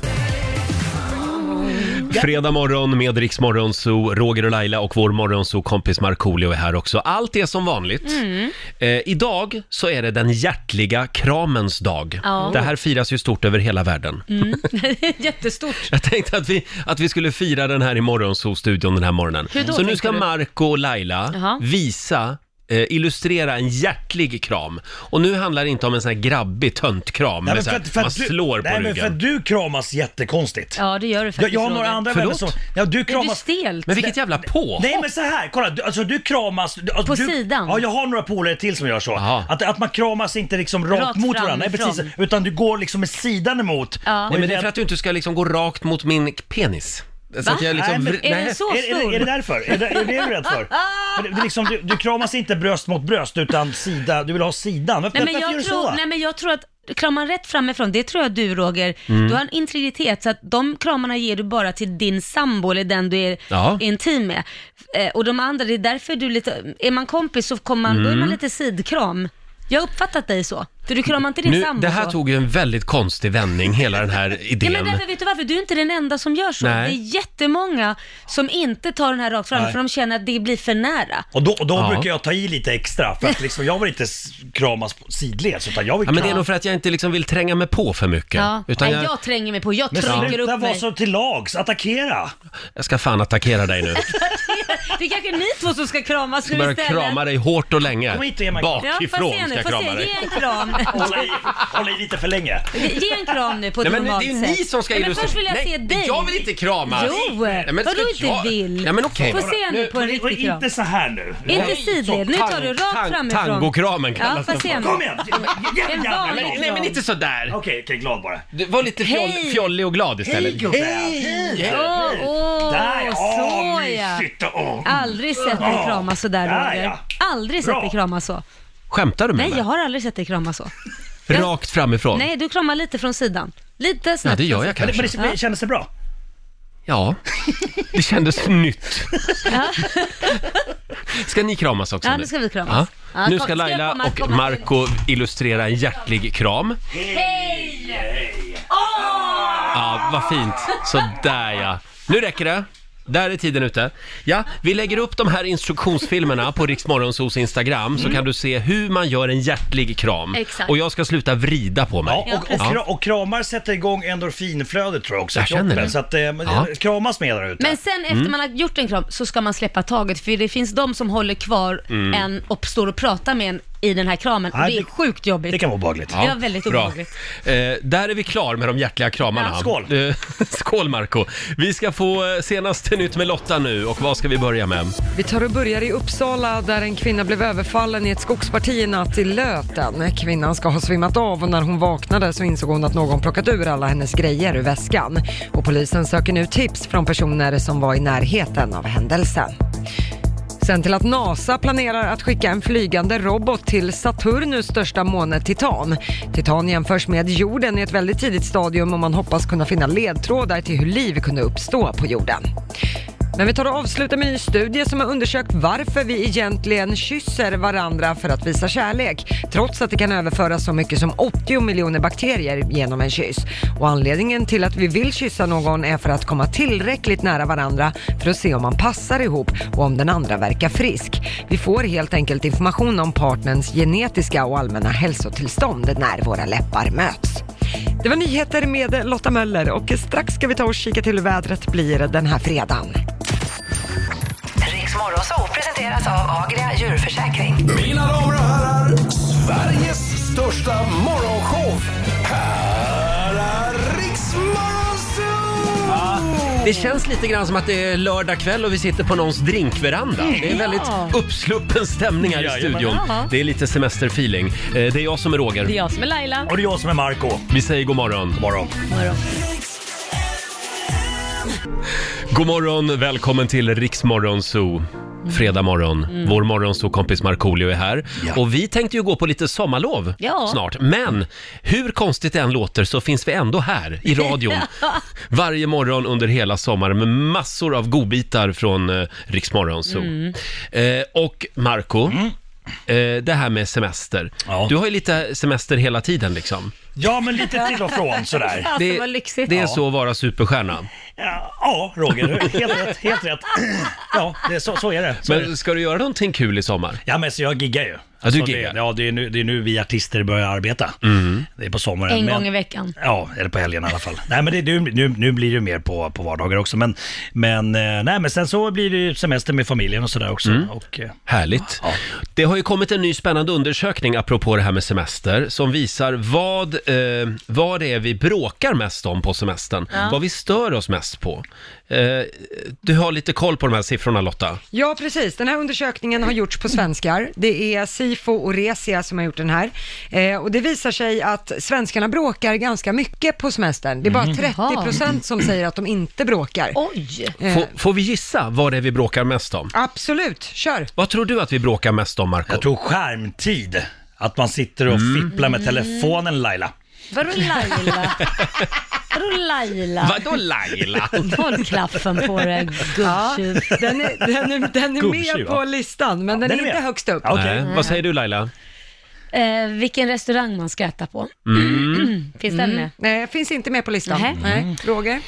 Fredag morgon med Rix Morgonzoo, Roger och Laila och vår Morgonzoo-kompis Markoolio är här också. Allt är som vanligt. Mm. Eh, idag så är det den hjärtliga kramens dag. Ja. Det här firas ju stort över hela världen. Mm. Jättestort. Jag tänkte att vi, att vi skulle fira den här i Morgonzoo-studion den här morgonen. Hur då, Så nu tänker ska du? Marco och Laila Jaha. visa eh, illustrera en hjärtlig kram. Och nu handlar det inte om en sån här grabbig töntkram Nej, med men så för, här, att- för man att du, slår på nej, men för ryggen. att du kramas jättekonstigt. Ja, det gör du Jag, faktiskt. jag har några Roger. andra Förlåt? vänner som... Ja, du Är du kramas... stelt? Men vilket jävla på! Nej men så här, kolla, du, alltså du kramas... Du, alltså, På du, sidan? Ja, jag har några polare till som gör så. Jaha. Att, att man kramas inte liksom rakt, Rakt mot varandra, nej, framifrån. precis, utan du går liksom med sidan emot. Ja. Nej, men det är för att du inte ska liksom gå rakt mot min penis. Så Va? att jag liksom... Nej, men vr- Är nej. den så Är, är, stor? är det därför? Är det, är det det du är rädd för? Men det, det är liksom, du, du kramas inte bröst mot bröst utan sida, du vill ha sidan. Varför, Nej men, varför gör jag du tror, så? nej men jag tror att kramar rätt framifrån, det tror jag du Roger, Mm. du har en integritet så att de kramarna ger du bara till din sambo eller den du är Ja. intim med. Eh, och de andra, det är därför du lite, är man kompis så kommer man, då är Mm. man lite sidkram. Jag har uppfattat dig så, för du kramar inte din Nu, sambo det här så. tog ju en väldigt konstig vändning, hela den här Ja, idén. men därför, vet du varför? Du är inte den enda som gör så. Nej. Det är jättemånga som inte tar den här rakt fram Nej. för de känner att det blir för nära. Och då, och då Ja. brukar jag ta i lite extra för att liksom, jag vill inte s- kramas på sidleds utan jag vill Ja, men det är kramas. nog för att jag inte liksom vill tränga mig på för mycket. Ja. Utan Nej, jag, jag tränger mig på, jag Men trycker sluta upp vara mig. så till lags, attackera! jag ska fan attackera dig nu. Det är kanske ni två som ska kramas Jag ska nu börja istället. krama dig hårt och länge. Kom hit och ge mig en kram. Ja, Bakifrån får se ska nu, jag får krama se, dig. ge en kram. Hålla i, hålla i lite för länge. Ge en kram nu på ett Nej, men normalt det är ju sätt. ni som ska Nej, men illustrera. först vill jag Nej, se dig. jag vill inte kramas. Jo, Nej, men vadå ska inte jag- vill? Ja, men okej. Får se nu på en Och riktig kram. inte så här nu. Inte sidled, nu tar du rakt Tang- framifrån. Tangokramen Ja, kallas får den se för. nu. Kom igen! Ge- ge- En jävla vanlig kram. Nej, men inte sådär. Okej, okej, glad bara. Du var lite fjoll, Hej. fjollig och glad istället. Hej gubben! Hej! Åh, åh, Där, åh, så ja. mysigt! Åh. Aldrig sett dig krama så där, Där, Roger. ja. Aldrig sett Bra. dig krama så. Skämtar du med Nej, mig? jag har aldrig sett dig krama så. Rakt framifrån? Nej, du kramar lite från sidan. Lite Ja, snabbt. det gör från jag sidan. Men det, kanske. men det kändes det bra? Ja, det kändes nytt. Ja. Ska ni kramas också Ja, nu? nu ska vi kramas. Ja. Ja, Nu kom- ska ska jag Laila komma- och komma- Marco illustrera en hjärtlig kram. Hej! Ja, vad fint. Så där ja. Nu räcker det. Där är tiden ute. Ja, vi lägger upp de här instruktionsfilmerna på Rix Morgonzoos Instagram så kan du se hur man gör en hjärtlig kram. Exakt. Och jag ska sluta vrida på mig. Ja, och, och, kra, och kramar sätter igång endorfinflödet tror jag också. i Jag känner kroppen. det. Så att, eh, Ja. kramas med där ute. Men sen efter Mm. man har gjort en kram så ska man släppa taget för det finns de som håller kvar Mm. en och står och pratar med en i den här kramen och Nej, det är det- sjukt jobbigt. Det kan vara obehagligt. Ja. väldigt bra. obehagligt. Eh, där är vi klar med de hjärtliga kramarna. Ja, skål. Eh, skål Marco. Vi ska få eh, senaste nytt med Lotta nu och vad ska vi börja med? Vi tar och börjar i Uppsala där en kvinna blev överfallen i ett skogsparti i natt i Löten. Kvinnan ska ha svimmat av och när hon vaknade så insåg hon att någon plockat ur alla hennes grejer ur väskan. Och polisen söker nu tips från personer som var i närheten av händelsen. Sen till att NASA planerar att skicka en flygande robot till Saturnus största måne Titan. Titan jämförs med jorden i ett väldigt tidigt stadium och man hoppas kunna finna ledtrådar till hur liv kunde uppstå på jorden. Men vi tar och avslutar med en ny studie som har undersökt varför vi egentligen kysser varandra för att visa kärlek, trots att det kan överföras så mycket som åttio miljoner bakterier genom en kyss. Och anledningen till att vi vill kyssa någon är för att komma tillräckligt nära varandra för att se om man passar ihop och om den andra verkar frisk. Vi får helt enkelt information om partners genetiska och allmänna hälsotillstånd när våra läppar möts. Det var nyheter med Lotta Möller och strax ska vi ta och kika till hur vädret blir den här fredagen. Rix Morgonzoo presenteras av Agria djurförsäkring. Mina damer och herrar, Sveriges största morgonshow. Här är Riksmorgonzoo! Ja, det känns lite grann som att det är lördag kväll och vi sitter på någons drinkveranda. Det är väldigt uppsluppen stämning här i studion. Det är lite semesterfeeling. Det är jag som är Roger. Det är jag som är Laila. Och det är jag som är Marco. Vi säger god morgon. God morgon. Morgon. God morgon, välkommen till Riksmorgonzoo. Fredag morgon. Mm. Vår morgonzoo-kompis Markoolio är här. Ja. Och vi tänkte ju gå på lite sommarlov ja. snart. Men hur konstigt det än låter så finns vi ändå här i radion. Varje morgon under hela sommaren med massor av godbitar från eh, Riksmorgonzoo. Mm. Eh, och Marco, mm. eh, det här med semester. Ja. Du har ju lite semester hela tiden liksom. Ja, men lite till och från sådär. Det, det är ja. så att vara superstjärna. Ja, ja, Roger, helt rätt, helt rätt. Ja, det är så, så är det. Så men är det. Ska du göra någonting kul i sommar? Ja, men så jag giggar ju. Ja, du så giggar. Det, ja, det är, nu, det är nu vi artister börjar arbeta. Mm. Det är på sommaren. En men, gång i veckan. Ja, eller på helgen i alla fall. Nej, men det, nu, nu, nu blir det mer på, på vardagar också. Men, men, nej, men sen så blir det ju semester med familjen och sådär också. Mm. Och, härligt. Ja. Det har ju kommit en ny spännande undersökning apropå det här med semester som visar vad, eh, vad det är vi bråkar mest om på semestern. Ja. Vad vi stör oss mest på. Eh, du har lite koll på de här siffrorna, Lotta. Ja, precis. Den här undersökningen har gjorts på svenskar. Det är Sifo och Resia som har gjort den här. Eh, och det visar sig att svenskarna bråkar ganska mycket på semestern. Det är bara trettio procent som säger att de inte bråkar. Oj! Eh, får, får vi gissa vad det är vi bråkar mest om? Absolut, kör! Vad tror du att vi bråkar mest om, Marco? Jag tror skärmtid. Att man sitter och mm. fipplar med telefonen, Laila. Vadå Laila? Vadå Laila? Vadå Laila? Håll klaffen på dig, gubbtjuv. Ja, den är, den är, den är med på listan, men den, den är, är inte med. högst upp. Okay. Mm. Vad säger du, Laila? Eh, vilken restaurang man ska äta på. Mm. Finns den med? Nej, finns inte med på listan. Mm. Nej. Roger?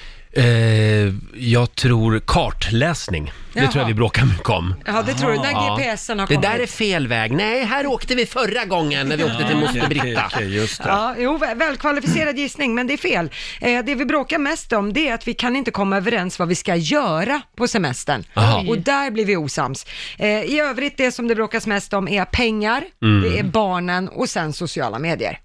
Eh, jag tror kartläsning. Det Jaha. tror jag vi bråkar mycket om. Ja, det tror du. När Ja. G P S'en har Det kommit. där är fel väg. Nej, här åkte vi förra gången när vi åkte till Moster Britta. Okej, just det. Ja, jo, väl- välkvalificerad gissning, men det är fel. Eh, det vi bråkar mest om, det är att vi kan inte komma överens vad vi ska göra på semestern. Aha. Och där blir vi osams. Eh, I övrigt, det som det bråkas mest om är pengar, Mm. det är barnen och sen sociala medier.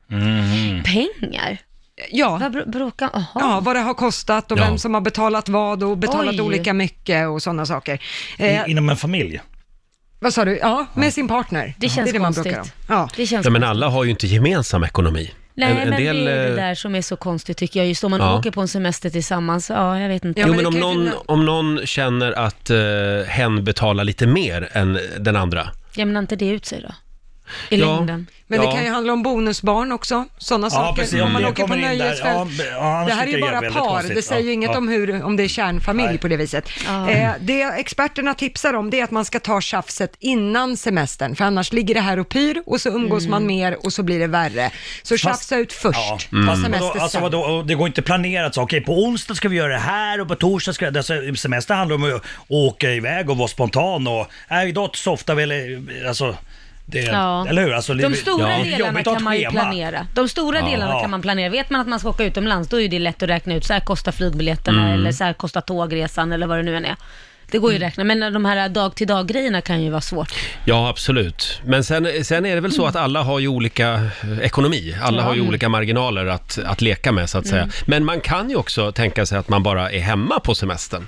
Pengar? Ja. Vad br- bråkar? Aha. Ja, vad det har kostat och Ja. vem som har betalat vad och betalat Oj. olika mycket och sådana saker. I, Eh, inom en familj. vad sa du? Ja, med sin partner. Det känns är det man konstigt. bråkar om. Ja. Det känns Ja, men konstigt. alla har ju inte gemensam ekonomi. Nej, En- en men del, det är det eh, där som är så konstigt tycker jag. Just om man Ja. åker på en semester tillsammans, ja, jag vet inte. Ja, Jo, men men det om kan ju någon, finna- om någon känner att eh, hen betalar lite mer än den andra. Jämnar inte det ut sig då? I Ja. längden. Men Ja. det kan ju handla om bonusbarn också, sådana Ja, saker. precis. Om Om man det åker på kommer in där, nöjesfält. ja, b- ja, annars det här är tycker ju jag bara det är par, väldigt konstigt. det säger ju Ja, inget ja. om, hur, om det är kärnfamilj Nej. på det viset. Ja. Eh, det experterna tipsar om, det är att man ska ta tjafset innan semestern, för annars ligger det här och pyr och så umgås man mer och så blir det värre. Så tjafsa ut först, Ja. ta Fast vadå, semester alltså sen. vadå, och det går inte planerat så, okej på onsdag ska vi göra det här och på torsdag ska vi, alltså, semester handlar om att åka iväg och vara spontan och, nej idag softar vi eller, alltså, det, Ja. eller hur? Alltså, De det- stora det är delarna jobbigt att ha kan man ju ett schema. planera. De stora Ja. delarna Ja. kan man planera. Vet man att man ska åka utomlands, då är det lätt att räkna ut. Så här kostar flygbiljetterna Mm. eller så här kostar tågresan eller vad det nu än är. Det går ju att räkna, men de här dag-till-dag-grejerna kan ju vara svårt. Ja, absolut. Men sen, sen är det väl så att alla har ju olika eh, ekonomi. Alla Ja. har ju olika marginaler att, att leka med, så att säga. Men man kan ju också tänka sig att man bara är hemma på semestern.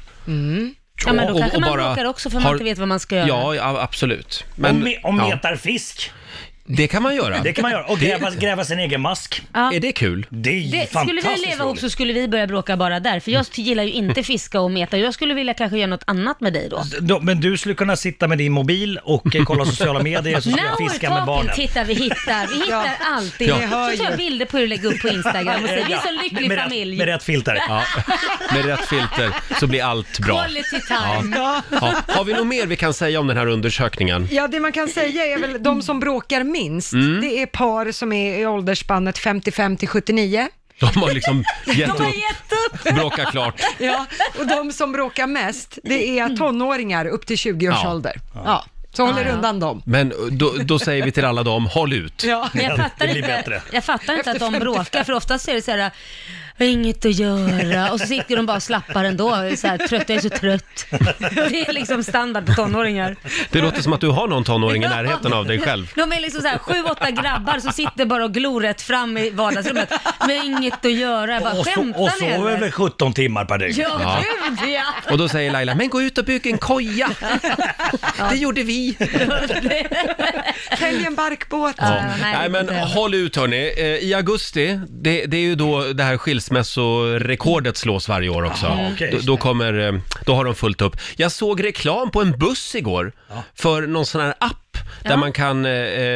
Ja, men då Och- kanske och man bara bråkar också för man har- inte vet vad man ska göra. Ja, ja absolut. Och, Men me, och ja, metar fisk. det kan man göra. Det kan man göra. Och gräva, gräva sin egen mask. Ja. Är det kul? Det är Det, skulle fantastiskt vi leva ihop roligt. så skulle vi börja bråka bara där. För jag gillar ju inte fiska och meta. Jag skulle vilja kanske göra något annat med dig då. Då, men du skulle kunna sitta med din mobil och eh, kolla sociala medier så ska jag Now fiska we're med barnen. talking, titta vi hittar, vi hittar alltid. Ja. Så tar jag bilder på hur du lägger upp på Instagram och säger vi är så lycklig med, familj. Rätt, med rätt filter. Ja. Med rätt filter så blir allt bra. Quality time. Ja. Ja. Har vi något mer vi kan säga om den här undersökningen? Ja, det man kan säga är väl de som bråkar minst, det är par som är i åldersspannet femtiofem till sjuttionio. De har liksom gett De har upp, gett upp. bråkat klart. Ja, och de som bråkar mest, det är tonåringar upp till tjugo års Ja. ålder. Ja, så håller Ja, ja. undan dem. Men då, då säger vi till alla dem, håll ut. Ja. Men jag Det fattar blir inte, bättre. jag fattar inte att de bråkar, för oftast är det så här, jag har inget att göra. Och så sitter de bara och slappar ändå. Så här, trött, jag är så trött. Det är liksom standard på tonåringar. Det låter som att du har någon tonåring i närheten av dig själv. De är liksom så här sju, åtta grabbar som sitter bara och glor rätt fram i vardagsrummet. Men inget att göra. Jag bara, Och, så, skämtar och ni, sover eller? väl sjutton timmar per dygn. Ja, Ja. gud ja. Och då säger Laila, men gå ut och bygg en koja. Det gjorde vi. Följ en barkbåt. Ja, Nej, nej, men det är inte. håll ut hörni. Eh, I augusti, det, det är ju då det här skilsmässorekordet slås varje år också. Aha, okej. då, då kommer, eh, då har de fullt upp. Jag såg reklam på en buss igår för någon sån här app där Ja. man kan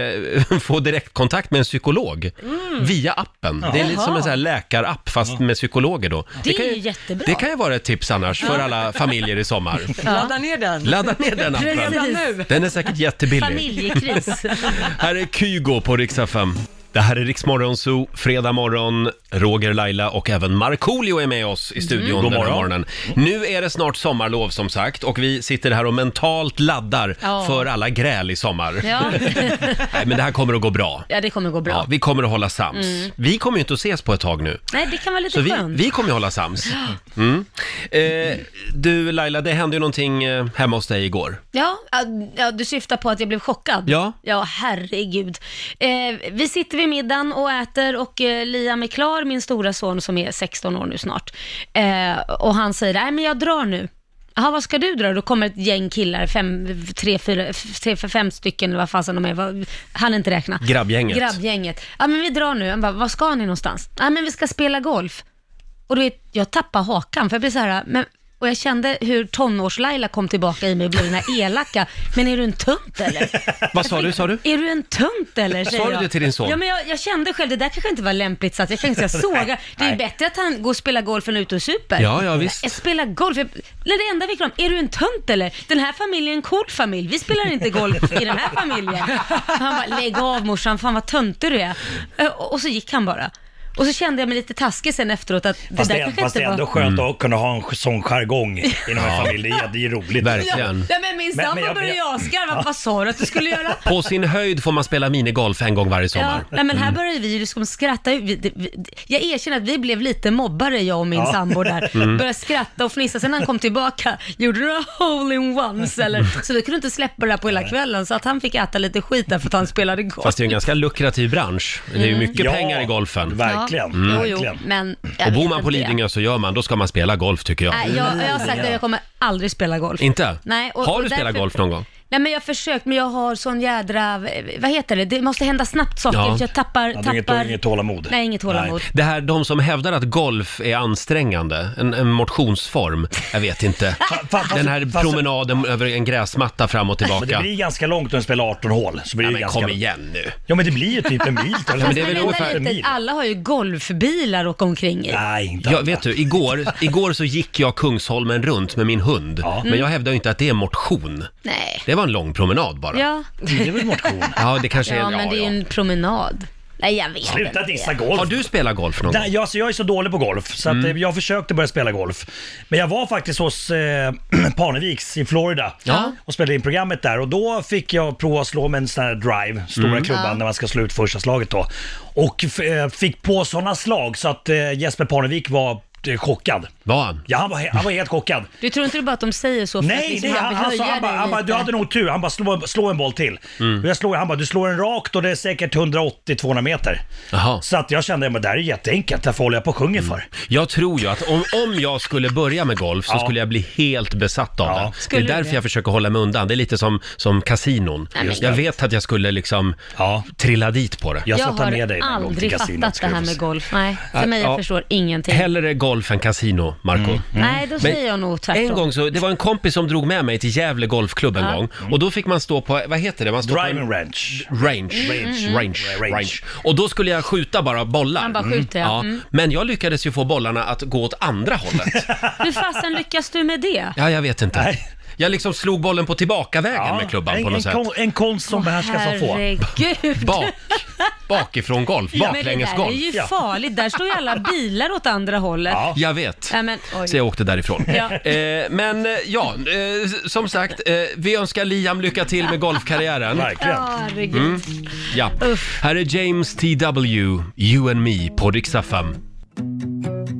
eh, få direktkontakt med en psykolog via appen. Det är lite Jaha. som en sån här läkarapp fast med psykologer då. Det kan är ju, ju jättebra. Det kan ju vara ett tips annars för alla familjer i sommar. Ladda ner den. Ladda ner den appen. Precis. nu. Den är säkert jättebillig. Familjekris. Här är Kygo på Rix F M. Det här är Rix Morgon Zoo, fredag morgon. Roger, Laila och även Markoolio är med oss i studion God den här morgon. morgonen. Nu är det snart sommarlov som sagt och vi sitter här och mentalt laddar Ja. för alla gräl i sommar. Ja. Nej, men det här kommer att gå bra. ja, det kommer gå bra. Ja, vi kommer att hålla sams. Vi kommer ju inte att ses på ett tag nu. Nej, det kan vara lite Så vi, skönt. vi kommer ju hålla sams. Mm. Eh, du Laila, det hände ju någonting eh, hemma hos dig igår. Ja, ja, du syftar på att jag blev chockad. Ja. Ja, herregud. Eh, vi sitter vid middagen och äter och eh, Liam är klar, min stora son som är sexton år nu snart. Eh, och han säger, nej men jag drar nu. Jaha, vad ska du dra? Då kommer ett gäng killar, fem, tre, fyra, tre, fem stycken eller vad fasen de är. Vad, han inte räkna. Grabbgänget. Grabbgänget. Ja, men vi drar nu. Han bara, vad ska ni någonstans? Ja, men vi ska spela golf. Och du vet, jag tappar hakan för jag blir så här, men, och jag kände hur tonårs-Laila kom tillbaka i mig och blev den här elaka. Men är du en tunt eller? Vad sa du, sa du? Är du en tunt eller? säger Sa du jag. det till din son? Ja, men jag, jag kände själv, det där kanske inte var lämpligt så att jag tänkte jag såga. Det är ju bättre att han går och spelar golf än ute och super. Ja, ja, visst. Jag spelar golf. Jag, det enda vi kram, är du en tunt eller? Den här familjen är en cool familj. Vi spelar inte golf i den här familjen. Han bara, lägg av morsan, fan vad töntig du är. Och, och så gick han bara. Och så kände jag mig lite taskig sen efteråt att det Fast där det, kanske fast det inte är ändå var... skönt att kunna ha en sån jargong inom en familj. Det är, det är roligt. Verkligen. Ja, men min Men- sambo men jag- började jag skarva. Vad sa du att du skulle göra? På sin höjd får man spela minigolf en gång varje Ja, sommar. nej, men här började vi liksom skratta. Vi- vi- vi- Jag erkänner att vi blev lite mobbare, jag och min Ja. sambo där. Började skratta och fnissa. Sen när han kom tillbaka, gjorde du hole in ones eller? Så vi kunde inte släppa det där på hela kvällen. Så att han fick äta lite skit där för att han spelade golf. Fast det är en ganska lukrativ bransch. Det är ju mycket Ja, pengar i golfen. Verkligen. Ja, jo, verkligen. jo, men jag Och bor vet man på inte. Lidingö så gör man, då ska man spela golf tycker jag. Nej, jag, jag har sagt att jag kommer aldrig spela golf. Inte? Nej, och- Har och du spelat därför- golf någon gång? Nej, men jag har försökt, men jag har sån jädra, vad heter det? Det måste hända snabbt saker. Ja. Jag tappar, Ja, det är inget, tappar... inget tålamod. Nej, inget tålamod. Det här, de som hävdar att golf är ansträngande, en, en motionsform, jag vet inte. fast- Den här fast- promenaden över en gräsmatta fram och Men det tillbaka. blir ganska långt när du spelar arton hål. Så blir Ja, det men ganska... kom igen nu. Ja, men det blir ju typ en mil. Eller? men det är väl Men ungefär vänta en lite, mil. alla har ju golfbilar och omkring i. Nej, inte Jag alla. vet du, igår, igår så gick jag Kungsholmen runt med min hund. Ja. Men jag hävdar ju inte att det är motion. Nej. Det var en lång promenad bara. Ja, Det är väl motion. Ja, det kanske är... ja men det är ju en promenad. Nej, jag vet Sluta inte. dissa golf. Har du spelat golf någon gång? Nej, jag, så jag är så dålig på golf, så att, Mm. eh, jag försökte börja spela golf. Men jag var faktiskt hos eh, Parneviks i Florida Ja. och spelade in programmet där. Och då fick jag prova att slå med en sån här drive, stora Mm. klubban, Ja. när man ska slå ut första slaget då. Och f- eh, fick på sådana slag så att eh, Jesper Parnevik var eh, chockad. Var han? Ja, han var, he- han var helt chockad. Du tror inte bara att de säger så för att Nej, liksom nej, han han, vill han, sa- höja han, bara, dig han bara, lite? du hade nog tur. Han bara, slå, slå en boll till. Mm. Och jag slår, han bara, du slår en rakt och det är säkert hundraåttio till tvåhundra meter. Jaha. Så att jag kände, men det här är jätteenkelt. Varför håller jag på och sjunger för? Jag tror ju att om, om jag skulle börja med golf så Ja. skulle jag bli helt besatt av Ja. det. Det Skulle är du därför det? jag försöker hålla mig undan. Det är lite som, som kasinon. Nej, men- Jag vet att jag skulle liksom Ja. trilla dit på det. Jag ska Jag ta har med dig någon gång till aldrig kasinot, fattat ska det du här få med se. golf. Nej, för Ja, mig jag ja. förstår ingenting. Hellre golf än kasino, Marco. Mm. Nej, då säger jag nog tvärtom. En gång så, det var en kompis som drog med mig till Gävle golfklubb en Ja. gång. Och då fick man stå på, vad heter det? Man står på Driving en range. range. Range. Range. Range. Range. Och då skulle jag skjuta bara bollar. Man bara skjuter, ja. Mm. Men jag lyckades ju få bollarna att gå åt andra hållet. Hur fasen lyckas du med det? Ja, jag vet inte. Nej. Jag liksom slog bollen på tillbakavägen med klubban en, på något en, sätt. kon, en konst som behärskas av få. Herregud. Bak, bakifrån golf, Men det baklänges där golf. är ju Ja. farligt. Där står ju alla bilar åt andra hållet. Ja. Jag vet. Ja, men, oj. Så jag åkte därifrån. Ja. Eh, men eh, ja, eh, som sagt, eh, vi önskar Liam lycka till med golfkarriären. Verkligen. Ja, herregud. Ja. Här är James T W, You and Me på Rix F M.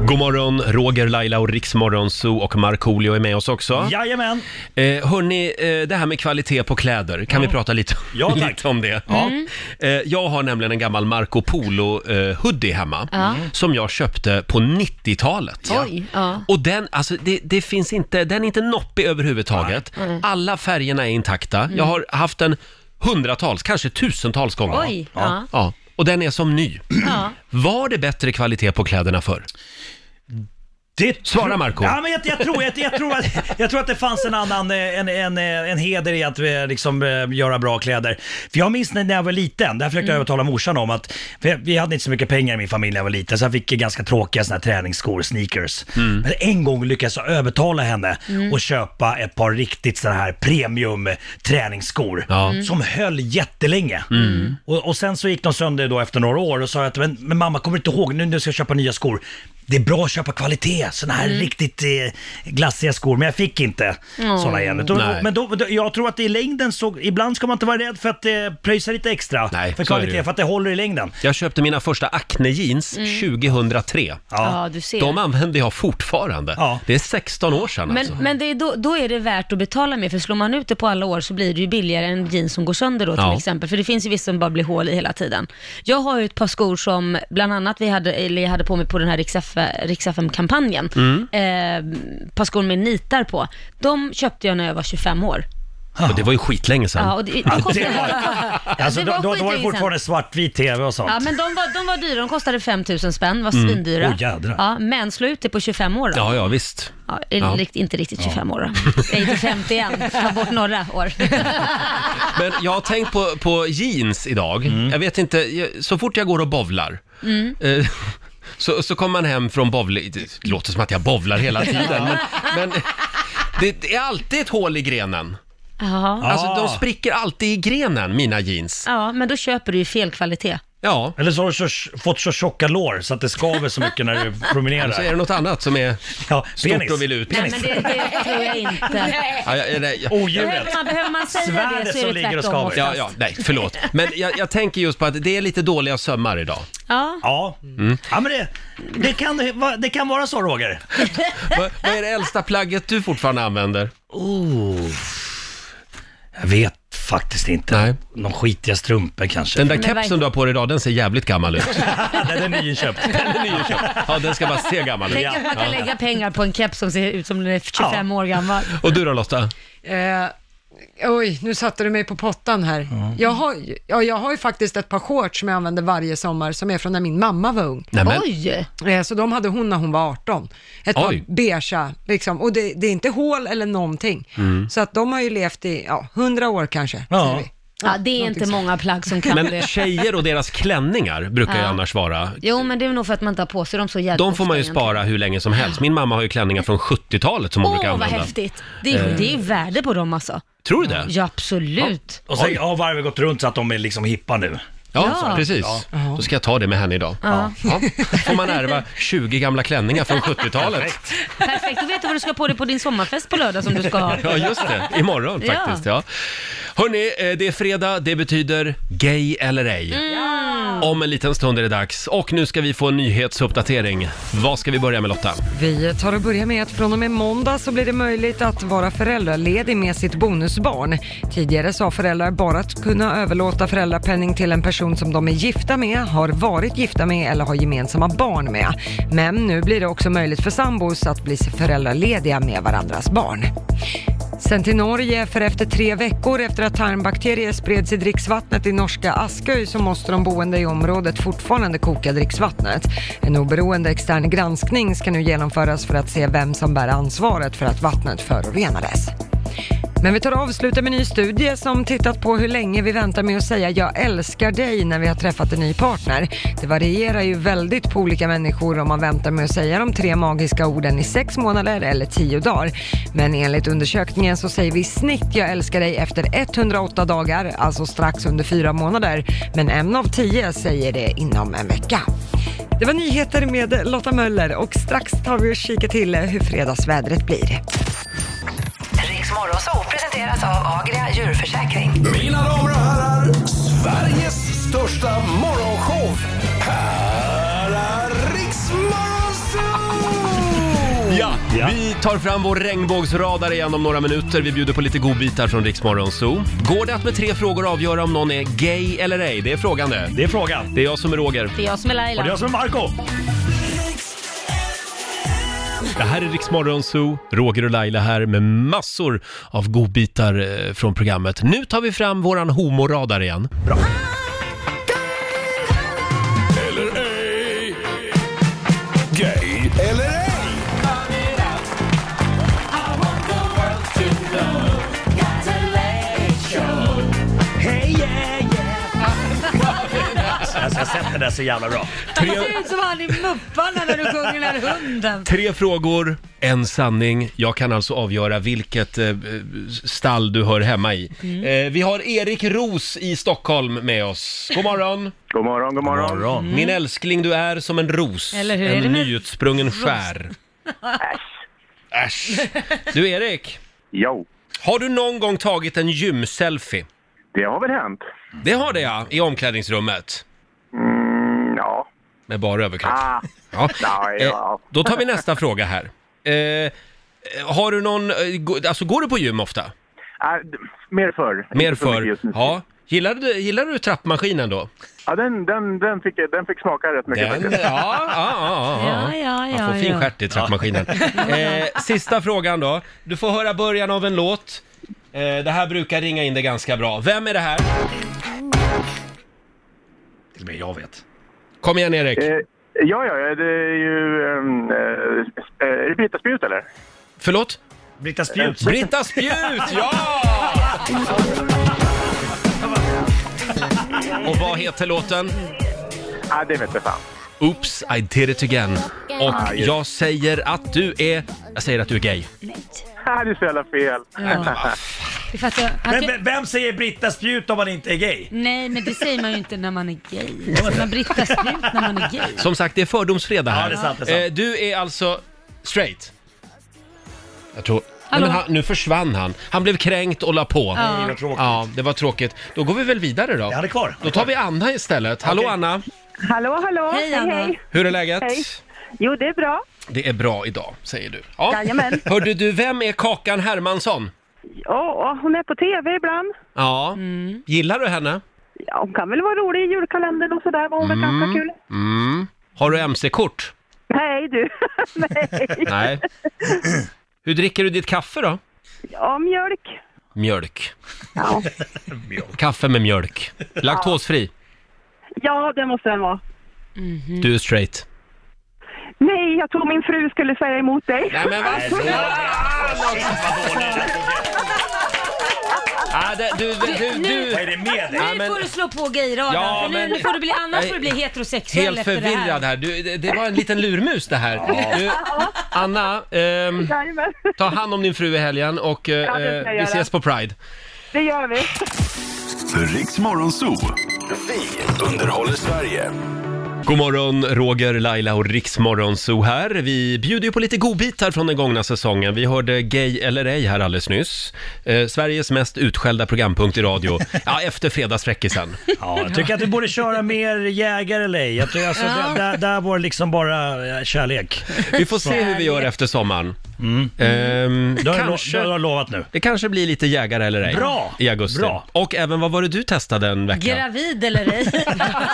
God morgon, Roger, Laila och Riksmorgon Zoo och Markoolio är med oss också. Jajamän. Eh, hörni, eh, det här med kvalitet på kläder, kan Ja. vi prata lite, Ja, tack. lite om det? Mm. Eh, jag har nämligen en gammal Marco Polo eh, hoodie hemma Ja. som jag köpte på nittiotalet. Oj, ja. Och den, alltså det, det finns inte, den är inte noppig överhuvudtaget. Alla färgerna är intakta. Jag har haft den hundratals, kanske tusentals gånger. Oj, ja. Ja. Och den är som ny. Ja. Var det bättre kvalitet på kläderna förr? Det Svara, Marco. Ja, men jag, jag, tror, jag, jag, tror att, jag tror att det fanns en annan en, en, en heder i att eh, liksom, eh, göra bra kläder. För jag minns när jag var liten, där försökte jag övertala morsan om att för vi hade inte så mycket pengar i min familj när jag var liten, så jag fick ganska tråkiga såna här träningsskor, sneakers. Men en gång lyckades jag övertala henne att köpa ett par riktigt såna här premium träningsskor Ja. som höll jättelänge. Och, och sen så gick de sönder då efter några år och sa att men, men mamma, kommer du inte ihåg, nu, nu ska jag köpa nya skor. Det är bra att köpa kvalitet, såna här riktigt eh, glassiga skor, men jag fick inte Mm. såna igen. Då, Nej. men då, då, jag tror att i längden så, ibland ska man inte vara rädd för att eh, pröjsa lite extra Nej, för så är det kvalitet, ju. för att det håller i längden. Jag köpte mina första Acne-jeans tjugohundratre. Ja, du ser. De använder jag fortfarande. Ja. Det är sexton år sedan Men, alltså. men det är då, då är det värt att betala mer, för slår man ut det på alla år så blir det ju billigare än jeans som går sönder då till Ja. exempel. För det finns ju vissa som bara blir hål i hela tiden. Jag har ju ett par skor som bland annat vi hade, eller jag hade på mig på den här Rix F M-kampanjen. Mm. Eh, par skor med nitar på. De köpte jag när jag var tjugofem år. Och det var ju skitlänge sedan. Ja, och det, det kostade, Alltså, det då, var då, då var det skitlänge sedan. fortfarande svartvit tv och sånt. Ja, men de var, de var dyra. De kostade fem tusen spänn, var svindyra. Åh, jädrar. Ja, men slå ut det på tjugofem år då. Ja, ja, visst. Ja, Ja. rikt- inte riktigt tjugofem år då. Jag är inte femtio än, ta bort några år. Men jag har tänkt på, på jeans idag. Jag vet inte, jag, så fort jag går och bovlar eh, så, så kommer man hem från bowling. Det låter som att jag bovlar hela tiden, men, men det, det är alltid ett hål i grenen. Ja. Alltså Ah. de spricker alltid i grenen, mina jeans. Ja, men då köper du ju fel kvalitet. Ja, Eller så har du så, fått så tjocka lår så att det skaver så mycket när du promenerar. så är det något annat som är Ja, stort penis. och vill ut. Nej, men det, det tror jag inte. Ja, jag, jag, jag, Odjuret. Behöver man, behöver man säga Svärdet det så som är det ligger och tvärtom skaver. oftast. ja, ja, nej, förlåt. Men jag, jag tänker just på att det är lite dåliga sömmar idag. Ja. Ja, ja men det, det, kan, det kan vara så, Roger. Vad, vad är det äldsta plagget du fortfarande använder? Oh. Jag vet faktiskt inte. Nej. Någon skitiga strumpor kanske. Den där Men kepsen du har på dig idag, den ser jävligt gammal ut. Den är nyinköpt. Den är nyinköpt. Ja, den ska bara se gammal ut. Tänk att man kan lägga pengar på en keps som ser ut som den är tjugofem år gammal. Och du då, Lotta? Eh, oj, nu satte du mig på pottan här. Jag, har, ja, jag har ju faktiskt ett par shorts som jag använder varje sommar som är från när min mamma var ung. Nej, men, Oj! Eh, så de hade hon när hon var arton. Ett Oj. par beigea, liksom. Och det, det är inte hål eller någonting. Så att de har ju levt i, ja, hundra år kanske, Ja. säger vi. Ja, det är inte någonting många plagg som kan men det. tjejer och deras klänningar brukar ju Ja. annars vara... Jo, men det är nog för att man inte har på sig dem så jävla De får man ju ofta egentligen. spara hur länge som helst. Min mamma har ju klänningar från sjuttiotalet som hon Åh, brukar vad använda. häftigt. Det är, det är värde på dem alltså. Tror du det? Ja, absolut. Och så har varvet gått runt så att de är liksom hippa nu. Ja, Ja. precis. Då ska jag ta det med henne idag. Ja. Ja. Får man ärva tjugo gamla klänningar från sjuttiotalet. Perfekt, då vet du vad du ska på dig på din sommarfest på lördag som du ska ha. Ja, just det. Imorgon Ja. faktiskt, ja. Hörrni, eh, det är fredag. Det betyder gay eller ej. Om en liten stund är det dags. Och nu ska vi få en nyhetsuppdatering. Vad ska vi börja med, Lotta? Vi tar och börjar med att från och med måndag så blir det möjligt att vara föräldraledig med sitt bonusbarn. Tidigare sa föräldrar bara att kunna överlåta föräldrapenning till en person som de är gifta med, har varit gifta med eller har gemensamma barn med. Men nu blir det också möjligt för sambos att bli föräldralediga med varandras barn. Sen till Norge, för efter tre veckor efter att tarmbakterier spreds i dricksvattnet i norska Askøy så måste de boende i området fortfarande koka dricksvattnet. En oberoende extern granskning ska nu genomföras för att se vem som bär ansvaret för att vattnet förorenades. Men vi tar och avslutar med en ny studie som tittat på hur länge vi väntar med att säga jag älskar dig när vi har träffat en ny partner. Det varierar ju väldigt på olika människor om man väntar med att säga de tre magiska orden i sex månader eller tio dagar. Men enligt undersökningen så säger vi i snitt jag älskar dig efter etthundraåtta dagar, alltså strax under fyra månader. Men en av tio säger det inom en vecka. Det var nyheter med Lotta Möller och strax tar vi och kika till hur fredagsvädret blir. Rix Morgonzoo presenteras av Agria djurförsäkring. Mina damer och herrar, Sveriges största morgonshow. Här är Rix Morgonzoo! Ja. Vi tar fram vår regnbågsradar igen om några minuter. Vi bjuder på lite godbitar från Rix Morgon Zoo. Går det att med tre frågor avgöra om någon är gay eller ej? Det är frågan det. Det är frågan. Det är jag som är Roger. Det är jag som är Laila. Och det är jag som är Marco. Det här är Rix Morgon Zoo. Roger och Laila här med massor av godbitar eh, från programmet. Nu tar vi fram våran homoradar igen. Bra. Eller ej. Gay eller ej. Hey yeah yeah. Jag har sett det där så jävla bra. Det ser ut som han i Mupparna när du sjunger den här hunden. Tre frågor, en sanning. Jag kan alltså avgöra vilket eh, stall du hör hemma i. Mm. Eh, vi har Erik Ros i Stockholm med oss. God morgon. God morgon, god morgon. God morgon. Min älskling, du är som en ros. Eller hur är det en med- nyutsprungen skär. Äsch. Du Erik, Jo, har du någon gång tagit en gymselfie? det har väl hänt. Det har det ja, i omklädningsrummet. Mm, ja. Med bara överkropp. Ah, Ja. ja, Eh, ja. då tar vi nästa fråga här. Eh, har du någon, eh, gå- alltså går du på gym ofta? Ah, d- mer förr. Mer Inte så mycket för. just nu. Ja. Gillar du, gillar du trappmaskinen då? Ja, den, den, den, fick, den fick smaka rätt mycket. Den, faktiskt. ja, ja, ja, Ja, ja, Man ja, får fin ja. stjärt i trappmaskinen. Eh, sista frågan då. Du får höra början av en låt. Eh, det här brukar ringa in det ganska bra. Vem är det här? Till och med jag vet. Kom igen Erik. Eh, ja, ja, det är ju... Um, eh, är det Britta Spjut, eller? Förlåt? Britta Spjut. Britta Spjut, ja! Och vad heter låten? Ja, ah, det vet jag fan. Oops, I did it again. Och jag säger att du är... Jag säger att du är gay. Ah, det är så jävla fel. Det är för att jag, han Men kan, v- vem säger Britta Spjut om man inte är gay? nej, men det säger man ju inte när man är gay. Säger man Britta Spjut när man är gay? Som sagt, det är fördomsfredag här. Ja, det är sant, det är sant. Eh, du är alltså straight. Jag tror... Nej, Hallå? men han, nu försvann han. Han blev kränkt och la på. Ja. Det var tråkigt. Ja, det var tråkigt. Då går vi väl vidare då. Jag hade kvar. Då tar vi Anna istället. Hallå Okej. Anna, Hallå, hallå. Hej, Anna. hur är läget? Hej. Jo, det är bra. Det är bra idag, säger du. Ja. Jajamän. Hörde du, vem är Kakan Hermansson? Ja, hon är på tv ibland. Ja, gillar du henne? Ja, hon kan väl vara rolig i julkalendern och sådär. Var hon väl ganska kul? Mm. Har du M C-kort? Nej, du. Nej. Nej. Hur dricker du ditt kaffe då? Ja, mjölk. Mjölk. Ja. Kaffe med mjölk. Laktosfri. Ja, det måste den vara. Du är straight. Nej, jag tror min fru skulle säga emot dig. Nej men vad ah, det, du, du, du, du. Vad är det med dig? Ja, Nu men- får du slå på gayraden, Ja, för nu, men- nu får du bli, annars Nej. får du bli heterosexuell Helt efter det här. förvirrad här. Du, det, det var en liten lurmus det här. Du, Anna, ehm, Jajamän. ta hand om din fru i helgen och eh, Ja, det ska jag vi göra. ses på Pride. Det gör vi. Rix Morgon Zoo. Vi underhåller Sverige. God morgon, Roger, Laila och Rix Morgon Zoo här. Vi bjuder ju på lite godbitar från den gångna säsongen. Vi hörde Gay eller ej här alldeles nyss. Eh, Sveriges mest utskällda programpunkt i radio. Ja, efter fredagsfräckisen. Ja, jag tycker att vi borde köra mer jägare eller ej. Jag tycker alltså, Ja. där, där var det liksom bara eh, kärlek. Vi får se hur vi gör efter sommaren. Ehm, Du har, lo- kanske, du har lovat nu. det kanske blir lite jägare eller ej Bra, i augusti. bra. Och även, vad var det du testade en vecka? Gravid eller ej?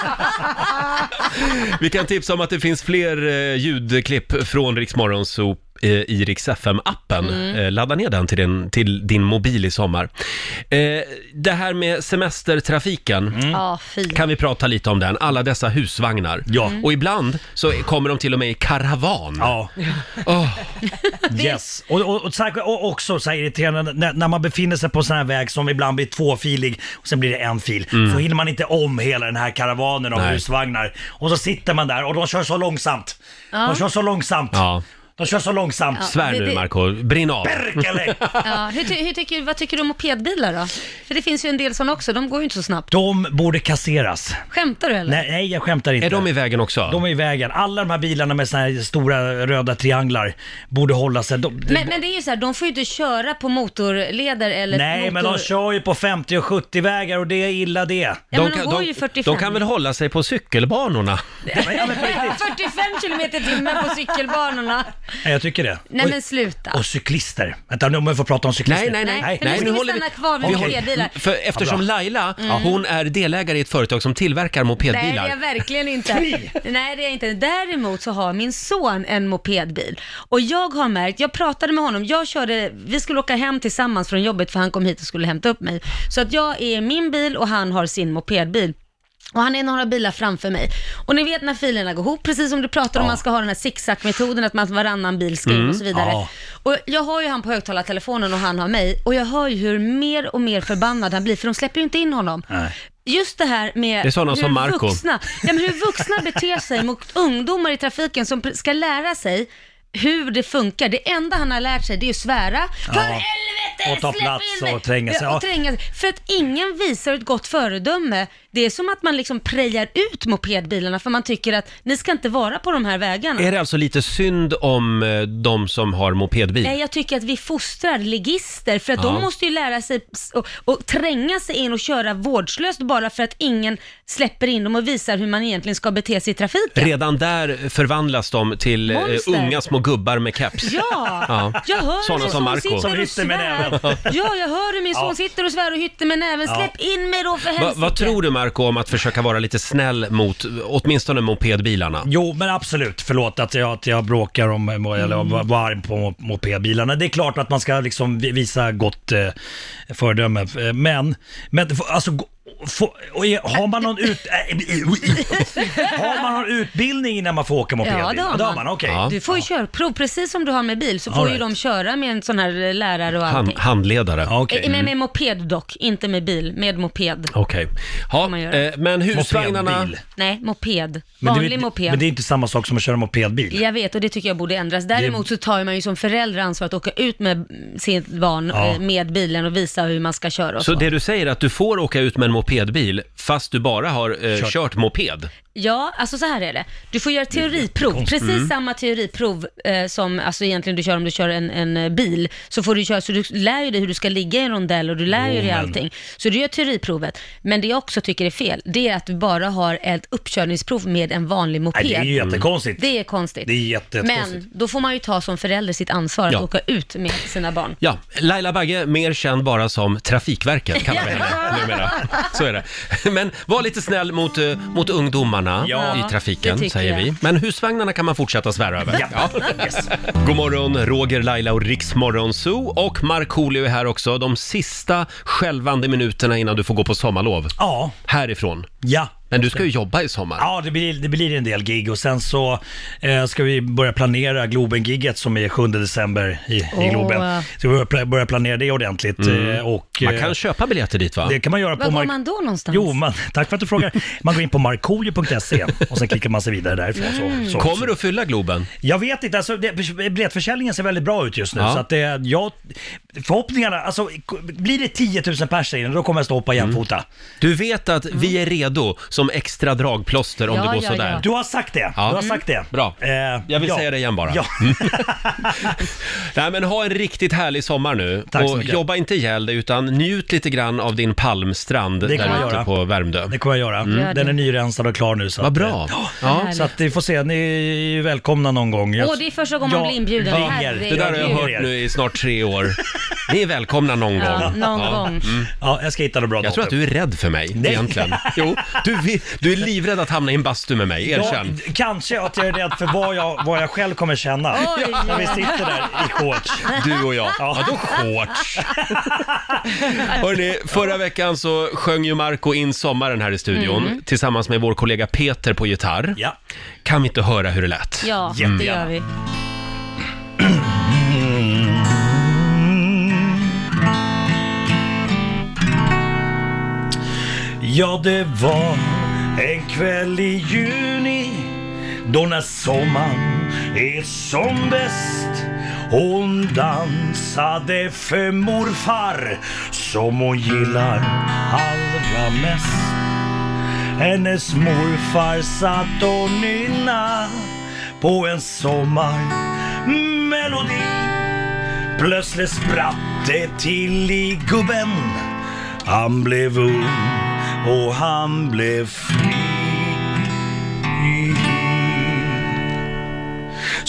Vi kan tipsa om att det finns fler eh, ljudklipp från Rix Morgon Zoo eh, i Rix F M-appen. Eh, ladda ner den till din, till din mobil i sommar. Eh, det här med semestertrafiken, Ja, fy. kan vi prata lite om den? Alla dessa husvagnar. Ja. Och ibland så kommer de till och med i karavan. Ja, Åh, yes. Och, och, och, särskilt- och också så här irriterande när, när man befinner sig på sån här väg som ibland blir tvåfilig och sen blir det en fil. Så hinner man inte om hela den här karavanen av Nej. husvagnar. Och så sitter man där och de kör så långsamt. De kör så långsamt. ja. De kör så långsamt. Svär det- nu det- Marco, brinn av. Perkele! Ja, hur, ty- hur tycker, vad tycker du om mopedbilar då? För det finns ju en del sådana också, de går ju inte så snabbt. De borde kasseras. Skämtar du eller? Nej, nej, jag skämtar inte. Är de i vägen också? De är i vägen. Alla de här bilarna med såna här stora röda trianglar borde hålla sig. De, Men, men det är ju så här, de får ju inte köra på motorleder eller nej, motor... men de kör ju på femtio och sjuttio vägar och det är illa det. Ja, men de, kan, går de, ju fyrtiofem. de kan väl hålla sig på cykelbanorna? Ja, men på riktigt. fyrtiofem kilometer i timmen på cykelbanorna. Nej, jag tycker det. Nej och, men sluta. och cyklister. Vänta, om jag får prata om cyklister. Nej, nej, nej. För nu ska nu vi håller vi- stanna kvar vid Vi håller- mopedbilar. För eftersom Laila, hon är delägare i ett företag som tillverkar Nej, det är mopedbilar. jag verkligen inte. Nej, det är jag inte. Däremot så har min son en mopedbil. Och jag har märkt, jag pratade med honom, jag körde, vi skulle åka hem tillsammans från jobbet för han kom hit och skulle hämta upp mig. Så att jag är i min bil och han har sin mopedbil. Och han är några bilar framför mig. Och ni vet när filerna går ihop, precis som du pratar om, man ska ha den här zigzag-metoden, att man varannan bil ska in och så vidare. Ja. Och jag har ju han på högtalartelefonen och han har mig. Och jag hör ju hur mer och mer förbannad han blir, för de släpper ju inte in honom. Nej. Just det här med Det är sådana hur, som Marco. vuxna, ja, men hur vuxna beter sig mot ungdomar i trafiken som pr- ska lära sig hur det funkar. Det enda han har lärt sig, det är att svära. För helvete, Och ta släpp plats in mig! och tränga sig. Ja, och Ja. tränga sig. För att ingen visar ett gott föredöme. Det är som att man liksom prejar ut mopedbilarna för man tycker att ni ska inte vara på de här vägarna. Är det alltså lite synd om eh, de som har mopedbil? Nej, jag tycker att vi fostrar ligister för att Ja. de måste ju lära sig s- och, och tränga sig in och köra vårdslöst bara för att ingen släpper in dem och visar hur man egentligen ska bete sig i trafiken. Redan där förvandlas de till eh, Monster. unga små gubbar med keps. Ja, Ja. jag hör Såna hur som min Marco. son Som sitter och hytter med svär. näven. Ja, jag hör hur min son Ja. sitter och svär och hytter med näven. Släpp in mig då för Va, helsike. vad tror du Marco om att försöka vara lite snäll mot åtminstone mopedbilarna? Jo, men absolut. Förlåt att jag, att jag bråkar om, eller var var arg på mopedbilarna. Det är klart att man ska liksom vi- visa gott eh, föredöme. Eh, Men, men alltså, gå- få, och är- har man någon ut, äh, har man någon utbildning innan man får åka mopedbil? Ja, det har det har man. man, okej. Ja. Du får ju körprov, precis som du har med bil, så får All ju right. de köra med en sån här lärare och Han, allting. handledare. Ja, okej. Eh, Med, med moped dock, inte med bil, med moped. Okej. Ja, man göra. eh, men husvagnarna... Mopedbil. Nej, moped. Men det, Vanlig är- moped. men det är inte samma sak som att köra mopedbil. Jag vet, och det tycker jag borde ändras. Däremot så tar man ju som förälder ansvar att åka ut med sitt barn Ja. eh, med bilen och visa hur man ska köra och så. Så det du säger är att du får åka ut med en mopedbil fast du bara har eh, kört. Kört. moped? Ja, alltså så här är det. Du får göra teoriprov, jättekonstigt. precis Mm. samma teoriprov eh, som alltså egentligen du kör om du kör en, en eh, bil. Så får du köra, så du lär ju dig hur du ska ligga i en rondell och du lär ju Jo, dig men- allting. Så du gör teoriprovet. Men det jag också tycker är fel, det är att du bara har ett uppkörningsprov med en vanlig moped. Nej, det är ju jättekonstigt. Det är konstigt. Det är jätte, jättekonstigt. Men då får man ju ta som förälder sitt ansvar att Ja. åka ut med sina barn. Ja, Laila Bagge, mer känd bara som Trafikverket kallar vi henne numera. Så är det. Men var lite snäll mot, eh, mot ungdomarna Ja, i trafiken, det tycker säger jag. vi. Men husvagnarna kan man fortsätta svära över. Ja. Yes. God morgon, Roger, Laila och Riksmorgon Zoo. Och Markoolio är här också. De sista skälvande minuterna innan du får gå på sommarlov. Ja, Härifrån. ja. Men du ska ju jobba i sommar. Ja, det blir, det blir en del gig och sen så eh, ska vi börja planera Globen-gigget som är sjunde december i, i Åh. Globen. Så vi börjar pla- börja planera det ordentligt. eh, Och, Man eh, kan köpa biljetter dit va? det kan man göra på Var går Mark- man då någonstans? Jo, man, tack för att du frågar. Man går in på markoolio punkt se och sen klickar man sig vidare därifrån. Så, så, Kommer du att fylla Globen? Jag vet inte, alltså, det, biljettförsäljningen ser väldigt bra ut just nu. Ja. Så att det, jag, förhoppningarna, alltså blir det tio tusen pers in, då kommer jag stå hoppa jämfota. Du vet att vi är redo som extra dragplåster om Ja, det går ja, sådär. ja. Du har sagt det. Ja. Du har sagt det. Bra. Eh, Jag vill ja. säga det igen bara. Ja. Nej men ha en riktigt härlig sommar nu. Tack så och mycket. jobba inte ihjäl dig utan njut lite grann av din palmstrand Det där kan jag ute göra. på Värmdö. Det kommer jag göra. Gör Den det. är nyrensad och klar nu. Så Vad att, bra. eh, Ja. Härligt. Så att vi får se, ni är ju välkomna någon gång. Jag- Åh, det är första gången man Ja, blir inbjuden. ringer. Herregud. Det där har jag Gud. hört nu i snart tre år. Ni är välkomna någon Ja, gång. någon Ja. gång. Ja, jag ska hitta något bra Jag tror att datum. du är rädd för mig Nej. egentligen. Jo, du, vi- du är livrädd att hamna i en bastu med mig, erkänn. Ja, kanske att jag är rädd för vad jag, vad jag själv kommer känna. Oj. När vi sitter där i shorts. Du och jag. Ja, då shorts. Hörrni, förra veckan så sjöng ju Marco in sommaren här i studion tillsammans med vår kollega Peter på gitarr. Ja. Kan vi inte höra hur det lät? Ja, det Jättegärna. gör vi. Ja, det var en kväll i juni då när sommaren är som bäst. Hon dansade för morfar som hon gillar allra mest. Hennes morfar satt och nynna på en sommarmelodi. Plötsligt spratt det till i gubben. Han blev ung och han blev fri.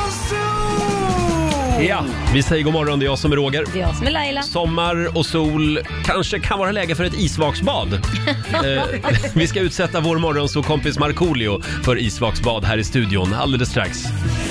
Ja, vi säger god morgon, det är jag som är Roger. Det är jag som är Laila. Sommar och sol, kanske kan vara läge för ett isvaksbad. eh, vi ska utsätta vår morgonsåkompis Markoolio för isvaksbad här i studion alldeles strax.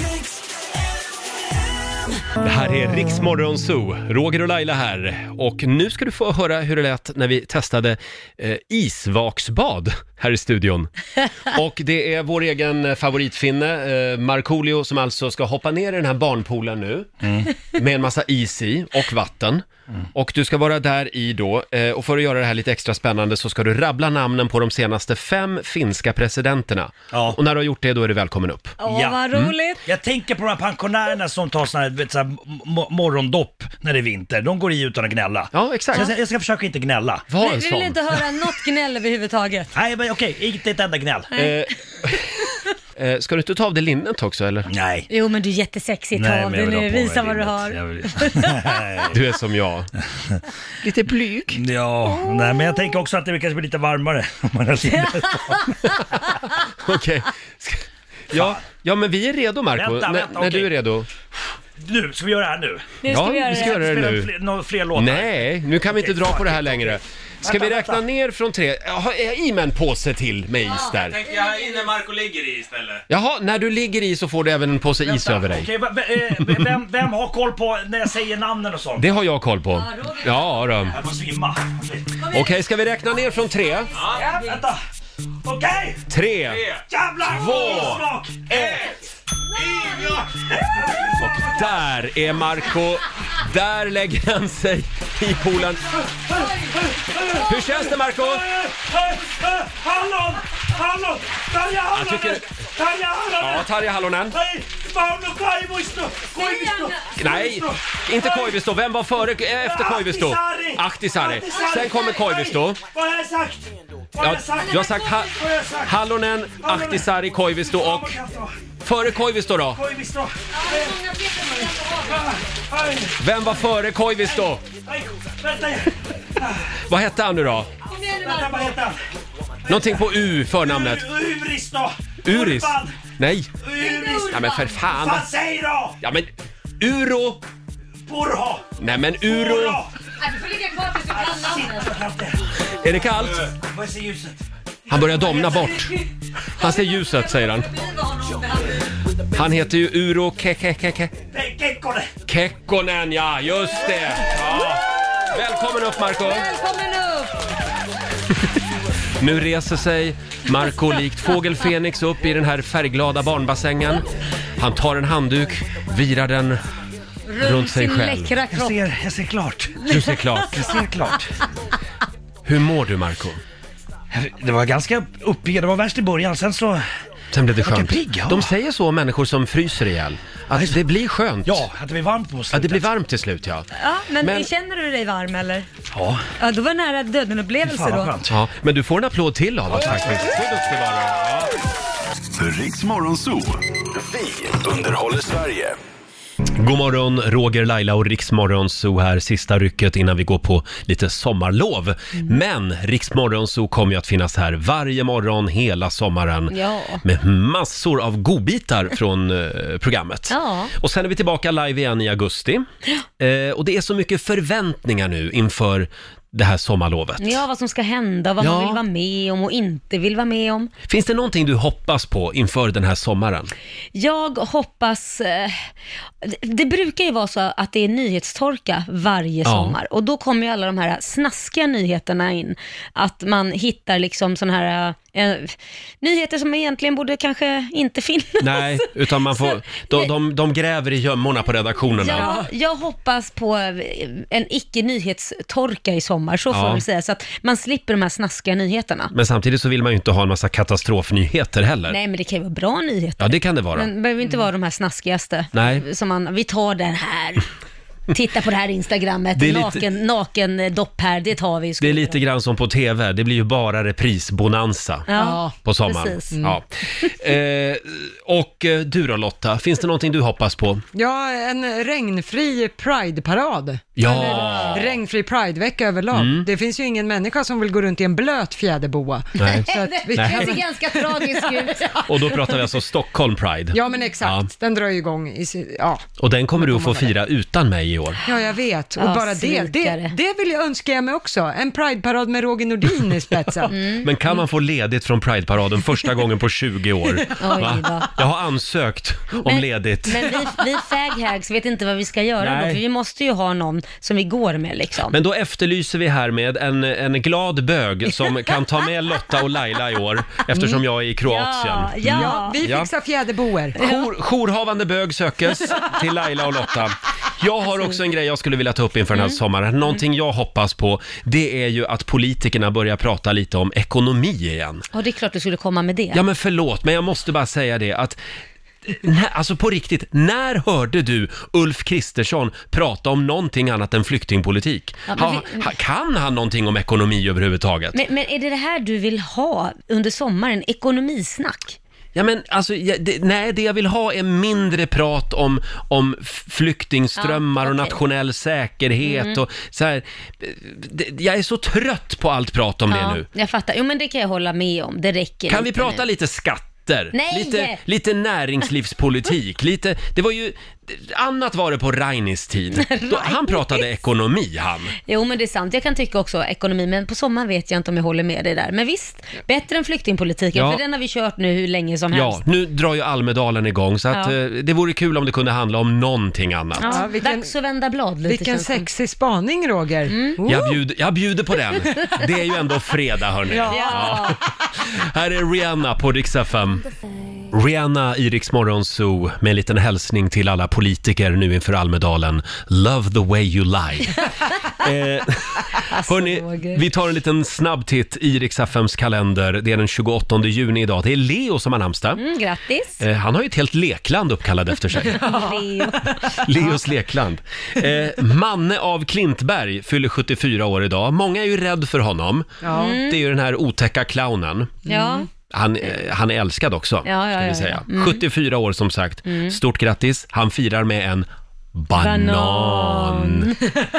Det här är Riks Morgonzoo, Roger och Laila här. Och nu ska du få höra hur det lät när vi testade eh, isvaksbad här i studion. Och det är vår egen favoritfinne, eh, Markoolio, som alltså ska hoppa ner i den här barnpoolen nu. Mm. Med en massa is i och vatten. Mm. Och du ska vara där i då, eh, och för att göra det här lite extra spännande så ska du rabbla namnen på de senaste fem finska presidenterna. Ja. Och när du har gjort det, då är du välkommen upp. Åh, ja. Vad roligt. Mm. Jag tänker på de här pensionärerna som tar såna här, vet, så här m- morgondopp när det är vinter. De går i utan att gnälla. Ja, exakt. Så jag, jag ska försöka inte gnälla. Vi, vi vill inte höra något gnäll överhuvudtaget. Nej, men okej, inte ett enda gnäll. Eh, ska du inte ta av det linnet också, eller? Nej. Jo, men du är jättesexig. Ta av det nu. Visa vad du har. Vill... Du är som jag. Lite blyg. Ja, oh. Nej, men jag tänker också att det kanske blir lite varmare. Okej. Okay. Ja, ja, men vi är redo, Marco. Vänta, N- vänta, när okay. du är redo. Nu, ska vi göra det här nu? nu ska ja, vi göra vi ska det. göra det nu. Fler, några fler låtar. Nej, nu kan vi inte okay, dra på det här längre. Ska vänta, vi räkna vänta. ner från tre? Jaha, är jag i med en påse till med is där? Jag tänkte jag här inne Marco ligger i istället. Jaha, när du ligger i så får du även en påse vänta, is över dig. Okay, vem, vem har koll på när jag säger namnen och sånt? Det har jag koll på. Ja, då. Jag får svimma. Okej, okay, ska vi räkna ner från tre? Ja, vänta. Okej! Okay. Tre, jävlar, två, ett. Och där är Marco. Där lägger han sig i poolen. Hur känns det, Marco? Hallon! Hallon! Tarja Hallonen! Tycker... Tarja Hallonen! Ja, Tarja Hallonen. Nej, Mauno Koivisto! Koivisto! Nej, inte Koivisto. Vem var före, efter Koivisto? Ahtisaari. Sen kommer Koivisto. Vad har jag sagt? Ja, du har sagt ha- Hallonen, Ahtisaari, Koivisto och... Före Koivisto då? Koivisto! Vem var före Koivisto? Vad hette han nu då? Vad heter han? Någonting på U, förnamnet. Uris då! Uris? Nej. Uris! Ja, men för fan. Vad säger då? Ja, men Uro. Purho! Nej, men Uro. Du får ligga kvar tills du kan namnet. Är det kallt? Vad ser ljuset? Han börjar domna bort. Han ser ljuset, säger han. Han heter ju Uro Kekekeke. Kekkonen! Kekkonen, ja, just det. Ja. Välkommen upp, Marco. Välkommen upp! Nu reser sig Marco likt fågel Fenix upp i den här färgglada barnbassängen. Han tar en handduk, virar den runt, runt sig själv. Jag ser, jag ser klart. Du ser klart. Jag ser klart. Hur mår du, Marco? Det var ganska uppiggande. Det var värst i början, sen så... Sen blev det skönt. Pigg, ja. De säger så, människor som fryser ihjäl. Att det blir skönt. Ja, att det blir varmt på slutet. Att det blir varmt till slut, ja. Ja, men, Men- känner du dig varm eller? Ja. Ja, då var det nära döden-upplevelse Fan vad då. skönt. Ja, men du får en applåd till av oss faktiskt. Så duktig var du. Ja. Riks Morgonzoo. Vi underhåller Sverige. God morgon, Roger, Laila och Riks Morgonzoo här. Sista rycket innan vi går på lite sommarlov. Mm. Men Riks Morgonzoo kommer ju att finnas här varje morgon hela sommaren. Ja. Med massor av godbitar från eh, programmet. Ja. Och sen är vi tillbaka live igen i augusti. Eh, och det är så mycket förväntningar nu inför det här sommarlovet. Ja, vad som ska hända, vad Ja. man vill vara med om och inte vill vara med om. Finns det någonting du hoppas på inför den här sommaren? Jag hoppas... Eh, det, det brukar ju vara så att det är nyhetstorka varje Ja. sommar. Och då kommer ju alla de här snaskiga nyheterna in. Att man hittar liksom såna här... Eh, nyheter som egentligen borde kanske inte finnas. Nej, utan man får, de, de, de gräver i gömmorna på redaktionerna. Ja, jag hoppas på en icke-nyhetstorka i sommar, så får Ja. jag väl säga, så att man slipper de här snaskiga nyheterna. Men samtidigt så vill man ju inte ha en massa katastrofnyheter heller. Nej, men det kan ju vara bra nyheter. Ja, det kan det vara. Men det behöver inte vara de här snaskigaste. Nej. Som man, vi tar den här. Titta på det här Instagrammet, Det är lite- naken, naken dopp här, det tar vi. Det är lite grann som på tv, det blir ju bara reprisbonanza Ja, på sommaren. precis. Ja. Eh, och eh, du då, Lotta, finns det någonting du hoppas på? Ja, en regnfri Pride-parad. Ja. Eller regnfri Pride-vecka överlag. Mm. Det finns ju ingen människa som vill gå runt i en blöt fjäderboa. Nej. Så att vi Det Nej. ser ganska tragiskt ut. Och då pratar vi alltså Stockholm Pride. Ja, men exakt. Ja. Den drar ju igång i si- ja. Och den kommer du att få fira utan mig i år. ja, jag vet. Och Ja, bara det, det, svikare. det vill jag önska jag mig också. En Pride-parad med Roger Nordin i spetsen. Mm. Men kan man få ledigt från Pride-paraden första gången på tjugo år? Oj då. Jag har ansökt om ledigt. Men vi, vi faghags vet inte vad vi ska göra Nej. då, för vi måste ju ha någon som vi går med liksom. Men då efterlyser vi här med en, en glad bög som kan ta med Lotta och Laila i år, eftersom jag är i Kroatien. Ja, ja. Ja, vi Ja. fixar fjäderboer. Jour, jourhavande bög sökes till Laila och Lotta. Jag har också en grej jag skulle vilja ta upp inför den här sommaren. Någonting jag hoppas på, det är ju att politikerna börjar prata lite om ekonomi igen. Och det är klart du skulle komma med det. Ja, men förlåt, men jag måste bara säga det att när, alltså på riktigt, när hörde du Ulf Kristersson prata om någonting annat än flyktingpolitik? Ja, men ha, vi- ha, kan han någonting om ekonomi överhuvudtaget? Men, men är det det här du vill ha under sommaren? Ekonomisnack? Ja, men alltså, jag, det, nej, det jag vill ha är mindre prat om, om f- flyktingströmmar Ja, och okej. nationell säkerhet och så här. Det, jag är så trött på allt prat om det Ja, nu. jag fattar. Jo, men det kan jag hålla med om. Det räcker Kan vi lite prata nu. lite skatter? Nej! Lite, lite näringslivspolitik, lite, det var ju, annat var det på Rainis tid. Då, han pratade ekonomi, han. Jo, men det är sant. Jag kan tycka också ekonomi, men på sommaren vet jag inte om jag håller med dig där. Men visst, bättre än flyktingpolitiken, Ja. för den har vi kört nu hur länge som Ja, helst. nu drar ju Almedalen igång, så att Ja. eh, det vore kul om det kunde handla om någonting annat. Ja, Ja, vilken- dags att vända blad lite. Vilken känns det som. sexig spaning, Roger. Oh. Jag bjuder, jag bjuder på den. Det är ju ändå fredag, hörni. Ja. Här är Rihanna på Rix F M. Rihanna i Rix Morgon Zoo med en liten hälsning till alla politiker nu inför Almedalen. Love the way you lie. eh, Alltså, hörni, Roger. vi tar en liten snabb titt i Rix F M:s kalender. Det är den tjugoåttonde juni idag. Det är Leo som har namnsdag. Mm, grattis. Eh, han har ju ett helt lekland uppkallad efter sig. Leo. Leos lekland. Eh, Manne av Klintberg fyller sjuttiofyra år idag. Många är ju rädd för honom. Ja. Det är ju den här otäcka clownen. Ja. Han, eh, han är älskad också, Ja, ja, ska vi ja, säga. ja. Mm. sjuttiofyra år som sagt. Stort grattis. Han firar med en banan. Banan.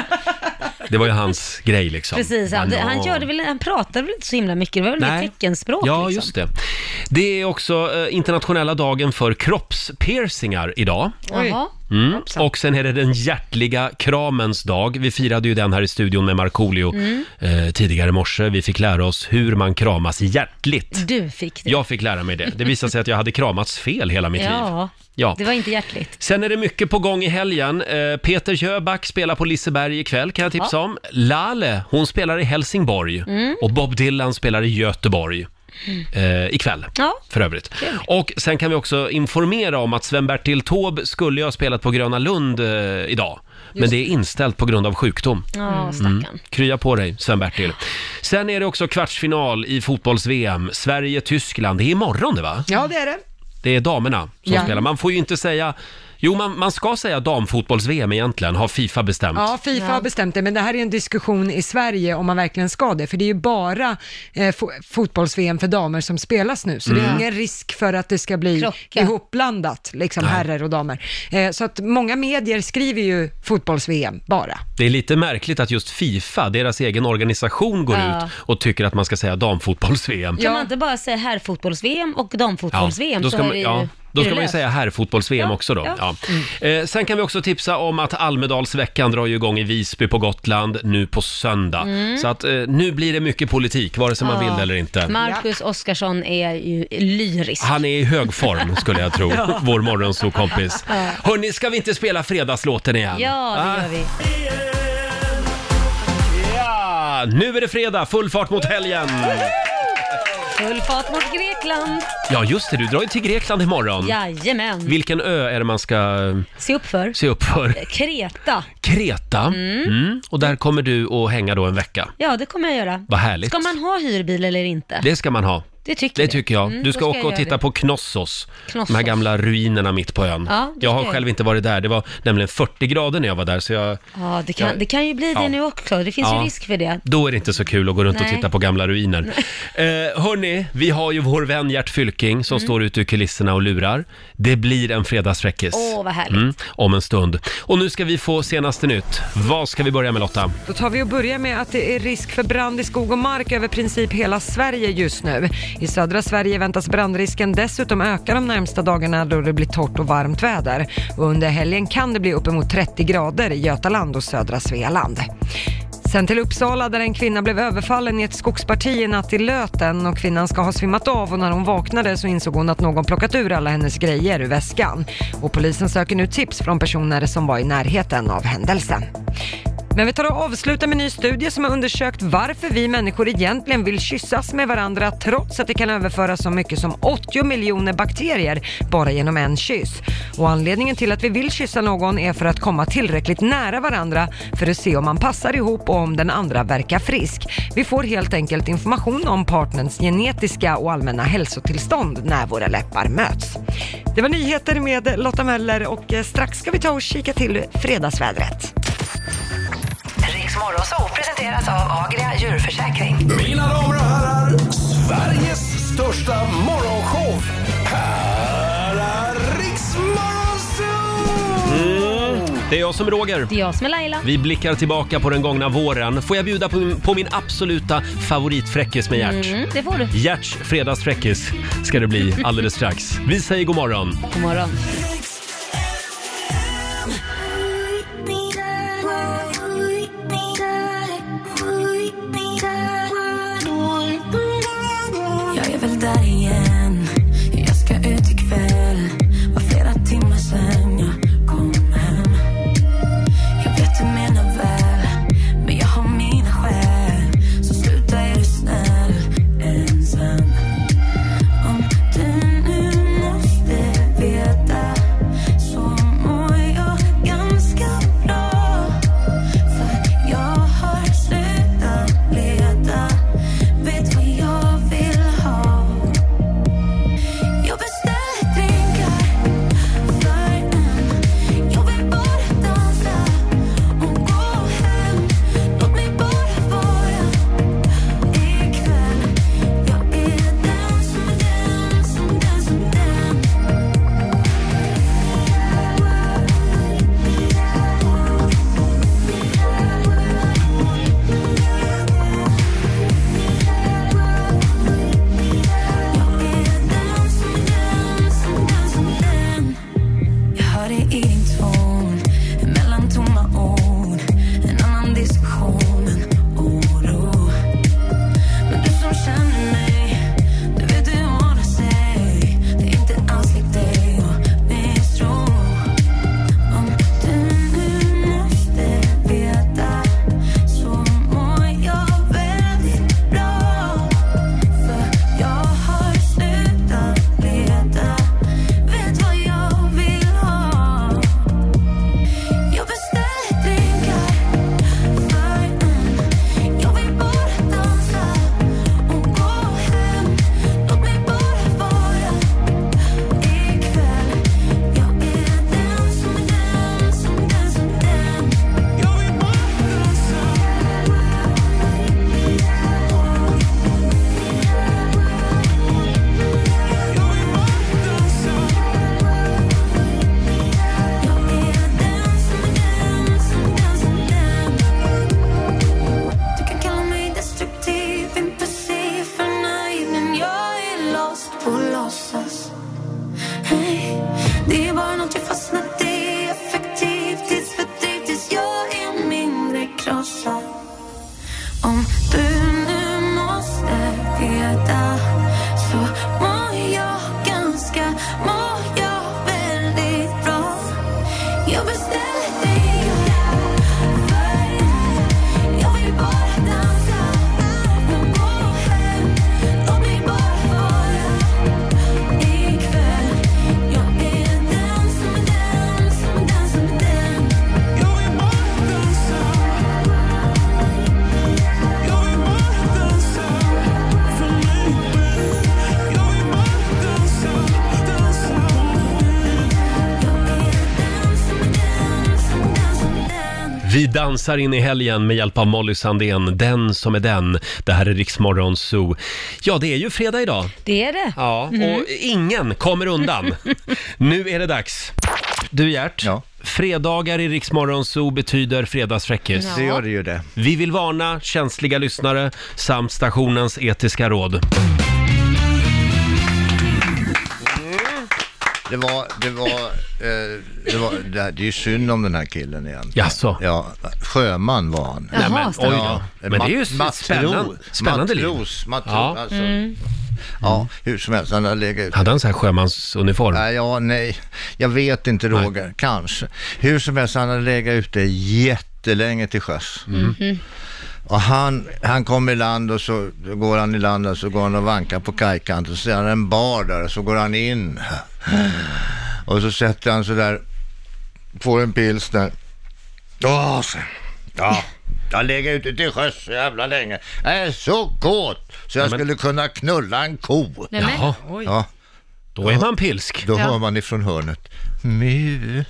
Det var ju hans grej liksom. Precis, han, Banan. han, gör väl, han pratar väl inte så himla mycket, det var väl mer teckenspråk Ja, liksom. just det. Det är också eh, internationella dagen för kroppspiercingar idag. Jaha. Mm. Och sen är det den hjärtliga kramens dag. Vi firade ju den här i studion med Markoolio Mm. eh, tidigare i morse. Vi fick lära oss hur man kramas hjärtligt. Du fick det. Jag fick lära mig det. Det visade sig att jag hade kramats fel hela mitt liv. Ja, Ja. det var inte hjärtligt. Sen är det mycket på gång i helgen. Eh, Peter Jöback spelar på Liseberg ikväll, kan jag tipsa om. Lale, hon spelar i Helsingborg. Mm. Och Bob Dylan spelar i Göteborg. Eh, ikväll, Ja. för övrigt. Kul. Och sen kan vi också informera om att Sven-Bertil Taube skulle ju ha spelat på Gröna Lund eh, idag. Men det är inställt på grund av sjukdom. Ja, stackarn. Krya på dig, Sven-Bertil. Sen är det också kvartsfinal i fotbolls-V M. Sverige-Tyskland. Det är imorgon det, va? Ja, det är det. Det är damerna som Ja. spelar. Man får ju inte säga... Jo, man, man ska säga damfotbolls-V M egentligen, har FIFA bestämt. Ja, FIFA Ja. har bestämt det, men det här är en diskussion i Sverige om man verkligen ska det, för det är ju bara eh, fo- fotbolls-V M för damer som spelas nu, så det är ingen risk för att det ska bli Krocka. ihopblandat, liksom Nej. herrar och damer. Eh, så att många medier skriver ju fotbolls-V M bara. Det är lite märkligt att just FIFA, deras egen organisation, går Ja. ut och tycker att man ska säga damfotbolls-V M. Kan Ja. man inte bara säga herrfotbolls-V M och damfotbolls-V M då så ska är man, det ju... ja, då är ska det man ju löst. säga herrfotbolls-V M Ja, också då. ja. Ja. Eh, sen kan vi också tipsa om att Almedalsveckan drar ju igång i Visby på Gotland nu på söndag. Så att eh, nu blir det mycket politik, vare sig man Mm. Ja. vill eller inte. Marcus Oskarsson är ju lyrisk. Han är i hög form, skulle jag tro, vår morgonsokompis. Hörni, ska vi inte spela fredagslåten igen? Ja, det Ah, gör vi. Ja, nu är det fredag, full fart mot helgen. Full fart mot Grekland. Ja, just det, du drar ju till Grekland imorgon. Jajamän. Vilken ö är det man ska Se upp för. se upp för? Kreta. Kreta. Mm. Och där kommer du att hänga då en vecka. Ja, det kommer jag göra. Vad härligt. Ska man ha hyrbil eller inte? Det ska man ha. Det tycker, Det vi. tycker jag. Mm, Du ska då åka och jag titta göra på Knossos. Knossos. De här gamla ruinerna mitt på ön. Ja, det jag ska har jag själv göra. inte varit där. Det var nämligen fyrtio grader när jag var där. Så jag, Ja, det kan, jag, det kan ju bli det ja. nu också. Det finns Ja. ju risk för det. Då är det inte så kul att gå runt Nej. och titta på gamla ruiner. eh, hörni, vi har ju vår vän Gert Fylking som Mm. står ute i kulisserna och lurar. Det blir en fredagsfräckis. Åh, vad härligt. om en stund. Och nu ska vi få senaste nytt. Vad ska vi börja med, Lotta? Då tar vi och börjar med att det är risk för brand i skog och mark över princip hela Sverige just nu. I södra Sverige väntas brandrisken dessutom öka de närmsta dagarna då det blir torrt och varmt väder. Och under helgen kan det bli uppemot trettio grader i Götaland och södra Svealand. Sen till Uppsala där en kvinna blev överfallen i ett skogsparti i natt i Löten och kvinnan ska ha svimmat av och när hon vaknade så insåg hon att någon plockat ur alla hennes grejer ur väskan. Och polisen söker nu tips från personer som var i närheten av händelsen. Men vi tar och avslutar med en ny studie som har undersökt varför vi människor egentligen vill kyssas med varandra trots att det kan överföra så mycket som åttio miljoner bakterier bara genom en kyss. Och anledningen till att vi vill kyssa någon är för att komma tillräckligt nära varandra för att se om man passar ihop och om den andra verkar frisk. Vi får helt enkelt information om partners genetiska och allmänna hälsotillstånd när våra läppar möts. Det var nyheter med Lotta Möller och strax ska vi ta och kika till fredagsvädret. Riks Morgonzoo presenteras av Agria djurförsäkring. Mina damer och herrar, Sveriges största morgonshow. Här är Riks Morgonzoo! Mm, det är jag som är Roger. Det är jag som är Laila. Vi blickar tillbaka på den gångna våren. Får jag bjuda på min, på min absoluta favoritfräckis med Gert? Mm, det får du. Gerts fredagsfräckis ska det bli alldeles strax. Vi säger god morgon. God morgon. Jag är väl där igen. Jag ska ut ikväll. Var flera timmar sen jag kom hem. Jag vet du menar väl, men jag har mina skäl. Så sluta är du snäll ensam. Om du nu måste veta så mår jag ganska bra. För jag har slutat leta. Vet vad jag vill ha. dansar in i helgen med hjälp av Molly Sandén, den som är den. Det här är Rix Morgon Zoo. Ja, det är ju fredag idag. Det är det. Ja, och Mm. ingen kommer undan. Nu är det dags. Du Gert, Ja. fredagar i Rix Morgon Zoo betyder fredagsfräckis. Det gör det ju det. Vi vill varna känsliga lyssnare samt stationens etiska råd. Det var, det var, eh, det var, det, här, det är ju synd om den här killen igen. Jaså? Ja, sjöman var han. Jaha, Nej, men, oj då. Ja, Men det är ju mat- spännande, spännande liv. matros, matros, Ja. alltså. Mm. Ja, hur som helst, han har legat ut. Hade han så här sjömansuniform? Nej, ja, nej, jag vet inte Roger, Nej. kanske. Hur som helst, han har legat ute jättelänge till sjöss. Mhm. Och han, han kommer i land och så går han i land och så går han och vankar på kajkanten och så ser han en bar där och så går han in. Och så sätter han så där, får en pils där. Åh, så, ja, jag lägger ute till sjöss så jävla länge. Jag är så kåt så jag men- skulle kunna knulla en ko. Nej, men, Jaha, Ja, då är man pilsk. då Ja. hör man ifrån hörnet. Mu.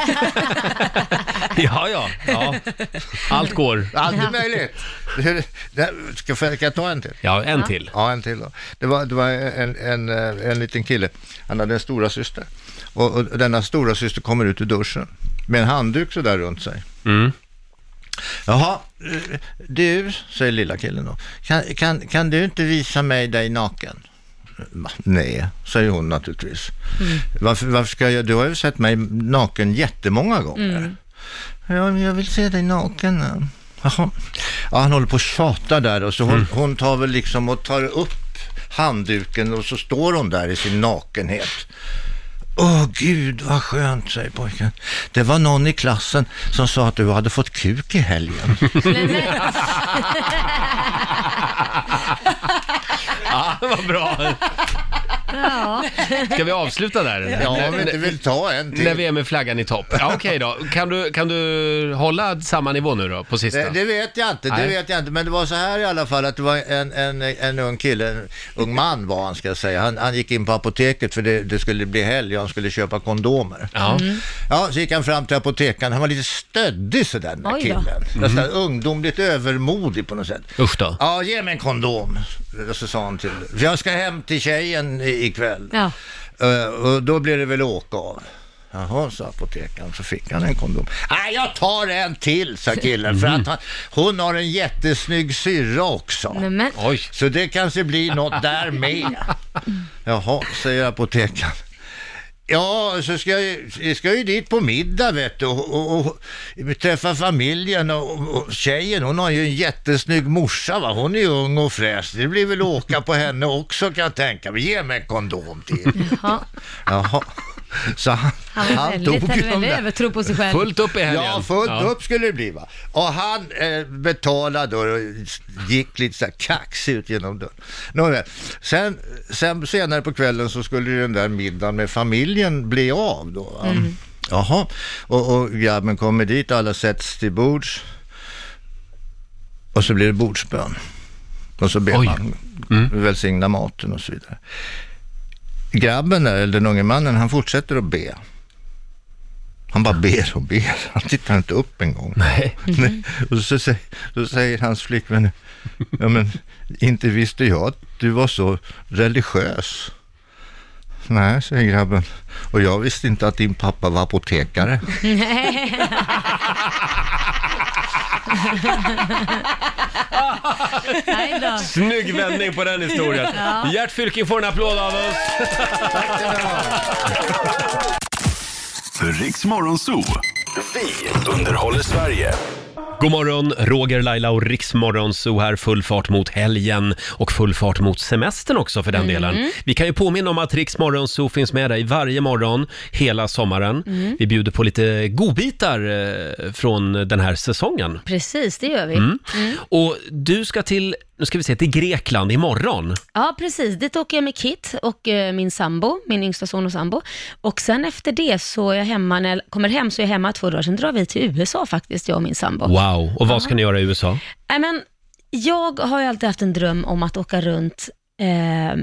Ja, ja, ja. Allt går. Allt är möjligt. Det- det- Ska ska jag ta en till? Ja, en till. Ja, en till då. Det var, det var en, en, eh, en liten kille. Han hade en stora syster. Och, och denna stora syster kommer ut ur duschen med en handduk så där runt sig. Mm. Jaha, eh, du, säger lilla killen då. Kan, kan, kan du inte visa mig dig naken? Va? Nej, säger hon naturligtvis. Varför, varför ska jag? Du har ju sett mig naken jättemånga gånger. Mm. Ja, men jag vill se dig naken. Jaha. Ja, han håller på att tjata där och så hon, hon tar väl liksom och tar upp handduken och så står hon där i sin nakenhet. Åh gud vad skönt, säger pojken. Det var någon i klassen som sa att du hade fått kuk i helgen. Ja, vad bra. ja. Ska vi avsluta där? Ja, När- om vi inte vill ta en till. När vi är med flaggan i topp. Ja, okej då. Kan du, kan du hålla samma nivå nu då, på sista? Det, det vet jag inte, det Nej. vet jag inte. Men det var så här i alla fall att det var en, en, en ung kille, en ung man var han ska jag säga. Han, han gick in på apoteket för det, det skulle bli helg och han skulle köpa kondomer. Ja. Ja, så gick han fram till apoteken. Han var lite stöddig sådär, den där Oj då. killen. Nästan ungdomligt övermodig på något sätt. Usch då. Ja, ge mig en kondom. Och så sa han till, för jag ska hem till tjejen i- ikväll. Ja. Uh, och då blir det väl åka av. Jaha, sa apotekaren, så fick han en kondom. Nej, jag tar en till, sa killen, för att han, hon har en jättesnygg syrra också. Nej, men. Oj. Så det kanske blir något där med. Jaha, säger apotekaren. Ja, så ska jag, jag ska ju dit på middag, vet du, och, och, och träffa familjen och, och tjejen, hon har ju en jättesnygg morsa, va? Hon är ung och fräsch. Det blir väl åka på henne också, kan jag tänka mig. Ge mig en kondom till. Ja. Jaha. Så han, Han var han väldigt, tog hade ju de väldigt där. övertro på sig själv. Fullt upp i helgen. Ja, fullt Ja. upp skulle det bli, va. Och han eh, betalade och gick lite så här kaxig ut genom dörren. Nåväl. Sen, sen senare på kvällen så skulle ju den där middagen med familjen bli av då. Va? Mm. Jaha. Och, och grabben kommer dit, alla sätts till bords. Och så blir det bordsbön. Och så ber Oj. man Mm. välsigna maten och så vidare. Grabben där, eller den unge mannen, han fortsätter att be. Han bara ber och ber. Han tittar inte upp en gång. Nej. Nej. Och så säger, så säger hans flickvän, ja men inte visste jag att du var så religiös. Nej, säger grabben. Och jag visste inte att din pappa var apotekare. Nej då. Snygg vändning på den historien. Ja. Gert Fylking får en applåd av oss. Riks Morgonzoo. Vi underhåller Sverige. God morgon, Roger, Laila och Riksmorgon så här, full fart mot helgen och full fart mot semestern också för den Mm. delen. Vi kan ju påminna om att Riksmorgon så finns med dig varje morgon hela sommaren. Mm. Vi bjuder på lite godbitar eh, från den här säsongen. Precis, det gör vi. Mm. Mm. Och du ska till, nu ska vi se, till Grekland imorgon. Ja, precis. Dit åker jag med Kit och eh, min sambo, min yngsta son och sambo. Och sen efter det så är jag hemma, när jag kommer hem så är jag hemma två dagar, sen drar vi till U S A faktiskt, jag och min sambo. Wow, och vad ska ni göra i U S A? Nej, men jag har ju alltid haft en dröm om att åka runt eh,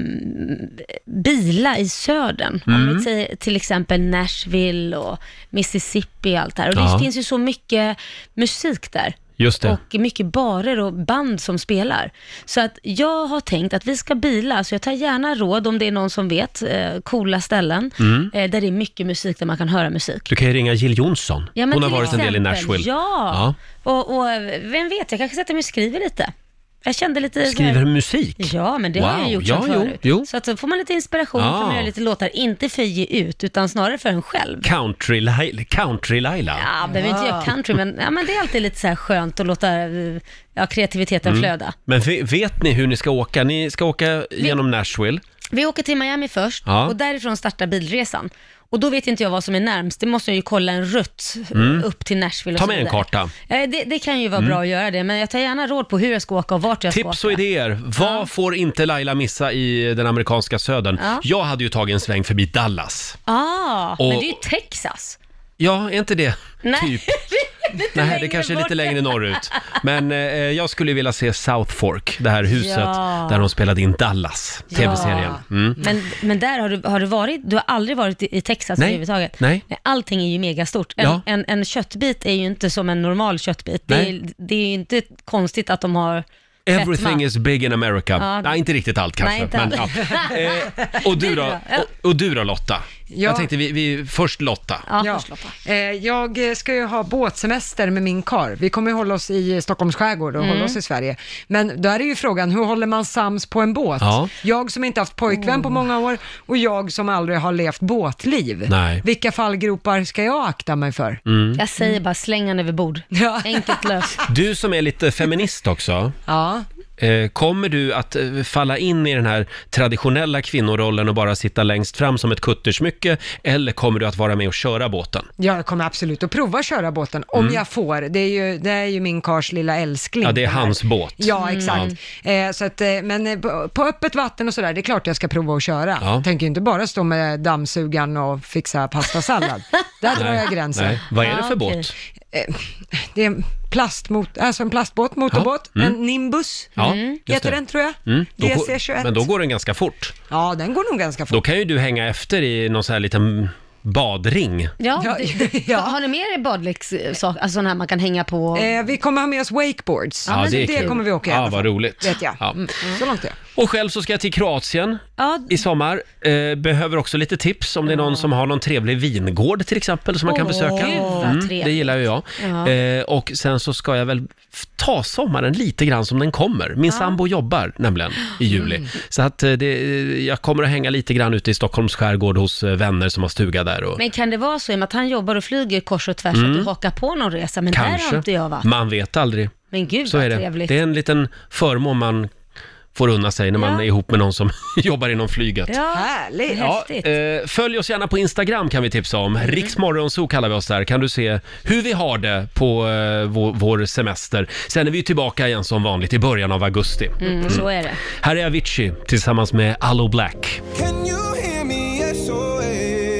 bila i södern. Mm. Om vi säger till exempel Nashville och Mississippi och allt det här. Och Ja. det finns ju så mycket musik där. Just det. Och mycket barer och band som spelar. Så att jag har tänkt att vi ska bila, så jag tar gärna råd om det är någon som vet eh, coola ställen Mm. eh, där det är mycket musik, där man kan höra musik. Du kan ju ringa Jill Johnson. Ja, men Hon har till varit en del i exempel. Nashville. Ja, Och, och vem vet, jag kanske sätter mig och skriver lite. Jag kände lite så här- Skriver musik? Ja, men det har Wow. jag gjort Ja, som jo, förut. jo. Så att så får man lite inspiration, Ah. kan man göra lite låtar, inte för att ge ut, utan snarare för en själv. Country Laila. Country Laila. Ja, behöver inte göra country, men, ja, men det är alltid lite så här skönt att låta eh, ja, kreativiteten Mm. flöda. Men ve- vet ni hur ni ska åka? Ni ska åka genom Nashville. Vi åker till Miami först Ja. och därifrån startar bilresan. Och då vet inte jag vad som är närmst. Det måste jag ju kolla en rutt Mm. upp till Nashville och Ta så med en vidare. karta. Eh, Det, det kan ju vara Mm. bra att göra det, men jag tar gärna råd på hur jag ska åka och vart jag ska Tips åka. och idéer. Vad får inte Laila missa i den amerikanska södern? Ja. Jag hade ju tagit en sväng förbi Dallas. Ah, Och- men det är ju Texas. Ja, är inte det Nej, typ? lite Nej, längre det kanske är bort. lite längre norrut. Men eh, jag skulle vilja se South Fork, det här huset Ja. där de spelade in Dallas, Ja. tv-serien. Mm. Men, men där har du, har du varit, du har aldrig varit i, i Texas Nej. överhuvudtaget? Nej. Allting är ju megastort. En, Ja. en, en köttbit är ju inte som en normal köttbit. Det Nej. är, det är ju inte konstigt att de har Everything fetma. is big in America. Ja. Nej, inte riktigt allt kanske. Nej, inte men, allt. ja. eh, och, du då, och, och du då Lotta? Ja. Jag tänkte vi, vi först Lotta. Ja. Eh, jag ska ju ha båtsemester med min kar. Vi kommer ju hålla oss i Stockholms skärgård och Mm. hålla oss i Sverige. Men då är det ju frågan, hur håller man sams på en båt? Ja. Jag som inte haft pojkvän på många år och jag som aldrig har levt båtliv. Nej. Vilka fallgropar ska jag akta mig för? Mm. Jag säger bara släng han över bord. Enkelt löst. Du som är lite feminist också. Ja. Eh, kommer du att eh, falla in i den här traditionella kvinnorollen och bara sitta längst fram som ett kuttersmycke, eller kommer du att vara med och köra båten? Jag kommer absolut att prova att köra båten, om Mm. jag får. Det är ju, det är ju min kars lilla älskling. Ja, det är här. hans båt. Ja, Mm. exakt. Eh, så att, eh, men eh, på, på öppet vatten och sådär, det är klart jag ska prova att köra. Ja. Jag tänker ju inte bara stå med dammsugan och fixa pastasallad. Där drar Nej, jag gränsen. nej. Vad är det Ja, för okej. båt? Eh, det är en plastmot, alltså en plastbåt, motorbåt, Ja. Mm. en Nimbus, Ja, mm. just heter det. den tror jag. Mm. Då D går- C tjugoett. Men då går den ganska fort. Ja, den går nog ganska fort. Då kan ju du hänga efter i någon sån här liten badring. Ja, Ja, det, ja. Har ni med er badlekssaker, alltså sådana här man kan hänga på? Eh, vi kommer ha med oss wakeboards. Ja, det är det kul. kommer vi åka i Ja, alla fall. vad roligt. Vet jag. Ja. Mm. Så långt det. Och själv så ska jag till Kroatien Ja, i sommar. Eh, behöver också lite tips om det är någon som har någon trevlig vingård till exempel som man kan Åh, besöka. gud, vad Mm, trevligt. det gillar ju jag. Ja. Eh, och sen så ska jag väl f- ta sommaren lite grann som den kommer. Min sambo jobbar nämligen i juli. Mm. Så att eh, det, jag kommer att hänga lite grann ute i Stockholms skärgård hos eh, vänner som har stuga där. Och, Men kan det vara så i och med att han jobbar och flyger kors och tvärs Mm. att du hakar på någon resa? Men där har kanske. inte jag varit. Man vet aldrig. Men gud Så vad är det. trevligt. Det är en liten förmån man får unna sig när man Ja. är ihop med någon som jobbar inom flyget. Ja, Härligt. Ja, häftigt. eh, följ oss gärna på Instagram kan vi tipsa om. Mm. Riksmorgonzoo kallar vi oss där. Kan du se hur vi har det på eh, vår, vår semester. Sen är vi tillbaka igen som vanligt i början av augusti. Mm, så är det. Här är Avicii tillsammans med Allo Black. Can you hear me? S O S.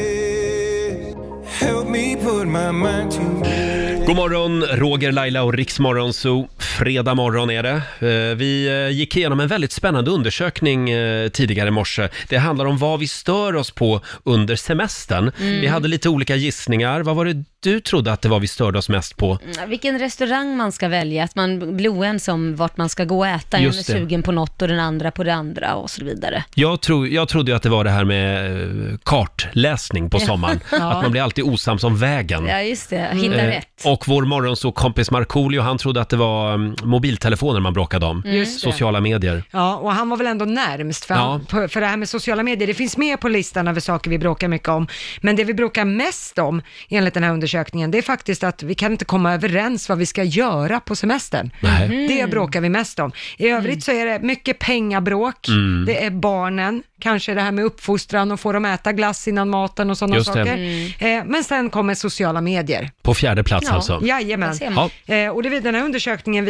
Help me put my mind to rest. God morgon, Roger, Laila och Riksmorgonzoo. Fredag morgon är det. Eh, Vi eh, gick igenom en väldigt spännande undersökning eh, tidigare i morse. Det handlar om vad vi stör oss på under semestern. Mm. Vi hade lite olika gissningar. Vad var det du trodde att det var vi störde oss mest på? Mm, Vilken restaurang man ska välja, att man blir oense om vart man ska gå och äta. En är Just det. sugen på något och den andra på det andra och så vidare. Jag, tro, jag trodde ju att det var det här med eh, kartläsning på sommaren. Ja. Att man blir alltid osams om vägen. Ja, just det. Hitta Eh, rätt. Och vår morgonsåkompis Markoolio, han trodde att det var mm, mobiltelefoner man bråkade om. Just det. Sociala medier. Ja, och han var väl ändå närmst, för, Ja. han, på- för det här med sociala medier, det finns med på listan över saker vi bråkar mycket om, men det vi bråkar mest om, enligt den här undersökningen, det är faktiskt att vi kan inte komma överens vad vi ska göra på semestern. Nej. Det bråkar vi mest om. I övrigt så är det mycket pengabråk, Mm. det är barnen, kanske det här med uppfostran och få dem äta glass innan maten och sådana Just det. saker. Eh, men sen kommer sociala medier. På fjärde plats Ja, alltså. jajamän. Där ser man. Ja. Eh, och det, den här undersökningen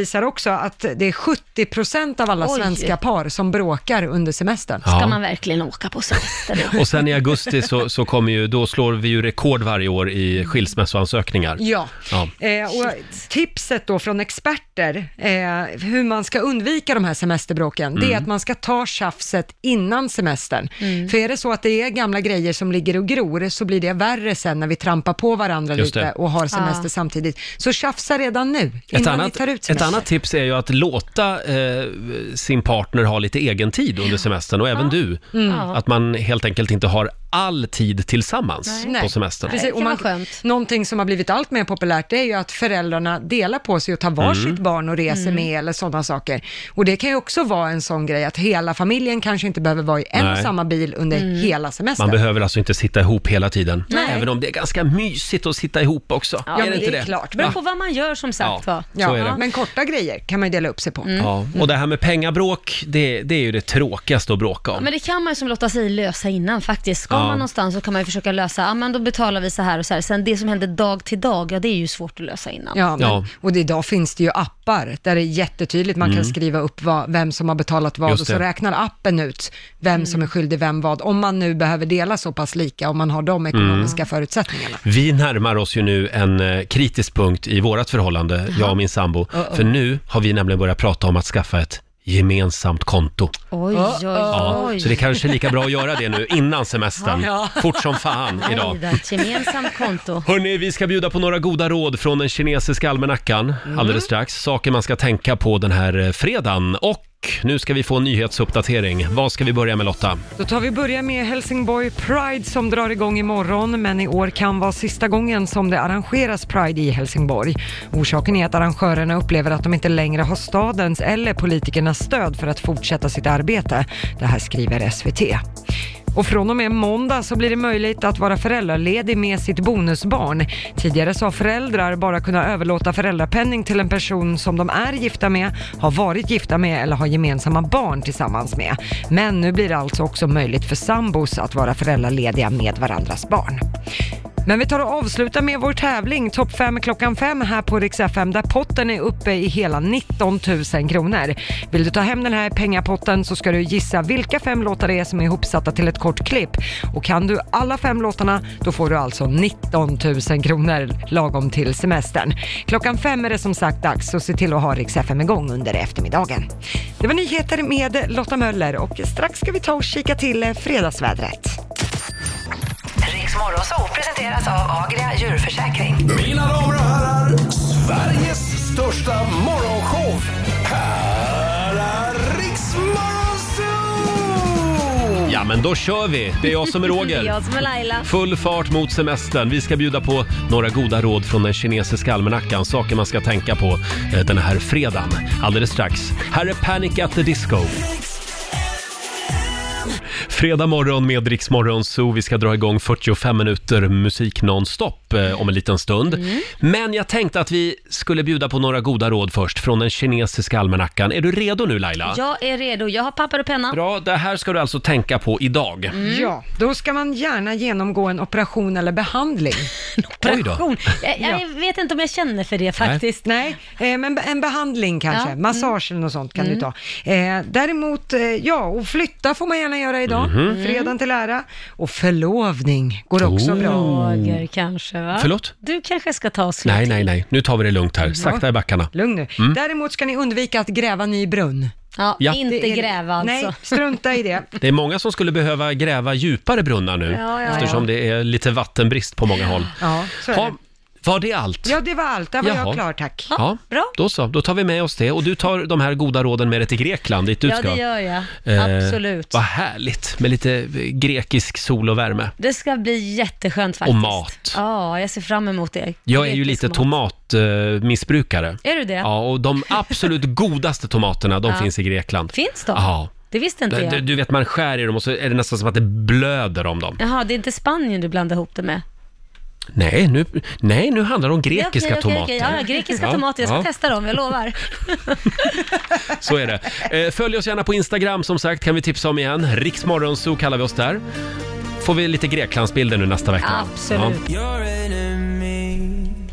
visar också att det är sjuttio procent av alla Oj. svenska par som bråkar under semestern. Ja. Ska man verkligen åka på semester? Och sen i augusti så, så kommer ju, då slår vi ju rekord varje år i skilsmässoansökningar. Ja, Ja. Eh, och tipset då från experter eh, hur man ska undvika de här semesterbråken, Mm. det är att man ska ta tjafset innan semestern. Mm. För är det så att det är gamla grejer som ligger och gror, så blir det värre sen när vi trampar på varandra Just lite det. och har semester Ja. samtidigt. Så tjafsa redan nu, Ett innan annat, vi tar ut ett semester. annat tips är ju att låta eh, sin partner ha lite egen tid under semestern, och även du. Mm. Att man helt enkelt inte har all tid tillsammans Nej. på semestern. Precis, det och kan man, vara skönt. någonting som har blivit allt mer populärt, det är ju att föräldrarna delar på sig och tar varsitt Mm. barn och reser Mm. med eller sådana saker. Och det kan ju också vara en sån grej att hela familjen kanske inte behöver vara i en och Nej. samma bil under Mm. hela semestern. Man behöver alltså inte sitta ihop hela tiden. Nej. Även om det är ganska mysigt att sitta ihop också. Ja, är men det inte det är det? klart. Det beror Va? på vad man gör som sagt Ja. va? Ja, Så är det. men korta grejer kan man ju dela upp sig på. Ja, och det här med pengabråk, det, det är ju det tråkigaste att bråka Ja, om. men det kan man ju som låta sig lösa innan faktiskt. Ska Ja. man någonstans så kan man ju försöka lösa, ja men då betalar vi så här och så här. Sen det som händer dag till dag, ja det är ju svårt att lösa innan. Ja, men, Ja. och idag finns det ju appar där det är jättetydligt, man kan skriva upp vad, vem som har betalat vad Just och så det. räknar appen ut vem som är skyldig vem vad, om man nu behöver dela så pass lika, om man har de ekonomiska förutsättningarna. Vi närmar oss ju nu en eh, kritisk punkt i vårat förhållande, jag och min sambo. För nu har vi nämligen börjat prata om att skaffa ett gemensamt konto. Oj, oj, Ja, oj. så det kanske är lika bra att göra det nu innan semestern. Ja. Fort som fan idag. Oj, då, ett gemensamt konto. Hörrni, vi ska bjuda på några goda råd från den kinesiska almanackan alldeles strax. Saker man ska tänka på den här eh, fredagen. Och nu ska vi få en nyhetsuppdatering. Vad ska vi börja med, Lotta? Då tar vi börja med Helsingborg Pride som drar igång imorgon, men i år kan vara sista gången som det arrangeras Pride i Helsingborg. Orsaken är att arrangörerna upplever att de inte längre har stadens eller politikernas stöd för att fortsätta sitt arbete. Det här skriver S V T. Och från och med måndag så blir det möjligt att vara föräldraledig med sitt bonusbarn. Tidigare så har föräldrar bara kunnat överlåta föräldrapenning till en person som de är gifta med, har varit gifta med eller har gemensamma barn tillsammans med. Men nu blir det alltså också möjligt för sambos att vara föräldralediga med varandras barn. Men vi tar och avslutar med vår tävling Topp fem klockan fem här på Rix F M, där potten är uppe i hela nitton tusen kronor. Vill du ta hem den här pengapotten så ska du gissa vilka fem låtar det är som är ihopsatta till ett kort klipp. Och kan du alla fem låtarna, då får du alltså nitton tusen kronor lagom till semestern. Klockan fem är det som sagt dags, så se till att ha Rix F M igång under eftermiddagen. Det var nyheter med Lotta Möller och strax ska vi ta och kika till fredagsvädret. Rix Morgonzoo presenteras av Agria djurförsäkring. Mina damer och herrar, Sveriges största morgonshow. Här är Rix Morgonzoo! Ja, men då kör vi. Det är jag som är Roger. Jag som är Laila. Full fart mot semestern. Vi ska bjuda på några goda råd från den kinesiska almanackan. Saker man ska tänka på eh, den här fredagen. Alldeles strax. Här är Panic at the Disco. Fredag morgon med Rix Morgonzoo. Vi ska dra igång fyrtiofem minuter musik nonstop eh, om en liten stund. Mm. Men jag tänkte att vi skulle bjuda på några goda råd först från den kinesiska almanackan. Är du redo nu, Laila? Jag är redo. Jag har papper och penna. Bra, det här ska du alltså tänka på idag. Mm. Ja, då ska man gärna genomgå en operation eller behandling. Operation. Jag, jag Ja. vet inte om jag känner för det faktiskt. Nej, eh, men en behandling kanske, Ja. massage eller något sånt kan Mm. du ta. Eh, däremot, eh, ja, och flytta får man gärna göra idag, Mhm. fredagen till ära. Och förlovning går också Oh. bra. Roger kanske va? Förlåt? Du kanske ska ta och slå Nej, till. nej, nej. Nu tar vi det lugnt här. Sakta i backarna. Lugn nu. Mm. Däremot ska ni undvika att gräva ny brunn. Ja, Ja. inte Det är- gräva alltså. Nej, strunta i det. Det är många som skulle behöva gräva djupare brunnar nu, Ja, ja, eftersom ja. det är lite vattenbrist på många håll. Ja, så är Ha, det. var det allt? Ja, det var allt. Där var Jaha. jag klar, tack. Ja, bra. Då så, då tar vi med oss det. Och du tar de här goda råden med dig till Grekland, dit du Ja, ska. det gör jag. Eh, Absolut. Vad härligt, med lite eh, grekisk sol och värme. Det ska bli jätteskönt faktiskt. Och mat. Ja, jag ser fram emot det. Jag är ju Grekisk lite mat. tomatmissbrukare. Är du det? Ja, och de absolut godaste tomaterna, de Ja. finns i Grekland. Finns de? Ja. Det visste inte Du, jag. du, du vet, man skär i dem och så är det nästan som att det blöder om dem. Jaha, det är inte Spanien du blandar ihop det med? Nej, nu, nej, nu handlar det om grekiska Ja, okej, okej, tomater. okej. Ja, ja, grekiska Ja, tomater. Jag ska ja. testa dem, jag lovar. Så är det. Eh, följ oss gärna på Instagram, som sagt, kan vi tipsa om igen. Rix Morgonzoo kallar vi oss där. Får vi lite Greklandsbilder nu nästa vecka. Absolut. Ja.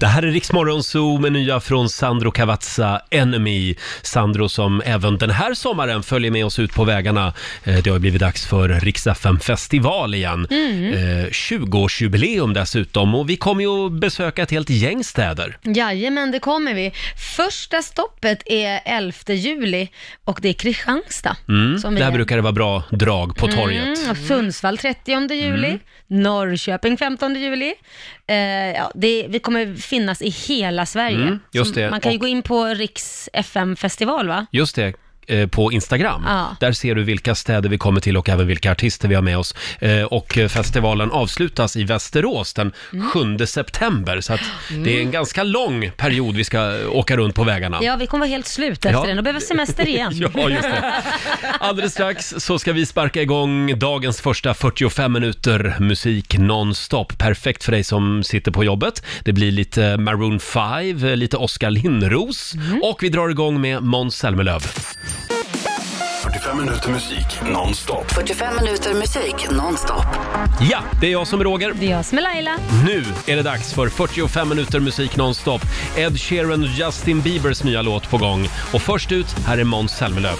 Det här är Rix Morgon Zoo med nya från Sandro Cavazza, Enemy. Sandro som även den här sommaren följer med oss ut på vägarna. Det har blivit dags för Rix F M-festival igen. Mm. tjugo-årsjubileum dessutom. Och vi kommer ju att besöka ett helt gäng städer. Jajamän, det kommer vi. Första stoppet är elfte juli och det är Kristianstad. Mm. Som Där är... brukar det vara bra drag på torget. Mm. Sundsvall trettionde juli. Mm. Norrköping femtonde juli. Uh, ja, det, vi kommer finnas i hela Sverige. Mm, just det. Man kan ju och, gå in på Rix F M-festival, va? Just det. På Instagram. Ja. Där ser du vilka städer vi kommer till och även vilka artister vi har med oss. Och festivalen avslutas i Västerås den mm. sjunde september. Så att mm. det är en ganska lång period vi ska åka runt på vägarna. Ja, vi kommer vara helt slut efter ja. den och behöver semester igen. Ja, just det. Alldeles strax så ska vi sparka igång dagens första fyrtiofem minuter musik nonstop. Perfekt för dig som sitter på jobbet. Det blir lite Maroon five, lite Oskar Lindros mm. och vi drar igång med Måns Zelmerlöw. fyrtiofem minuter musik nonstop. fyrtiofem minuter musik nonstop. Ja, det är jag som är Roger. Det är jag som är Laila. Nu är det dags för fyrtiofem minuter musik nonstop. Ed Sheeran och Justin Biebers nya låt på gång. Och först ut, här är Måns Zelmerlöw.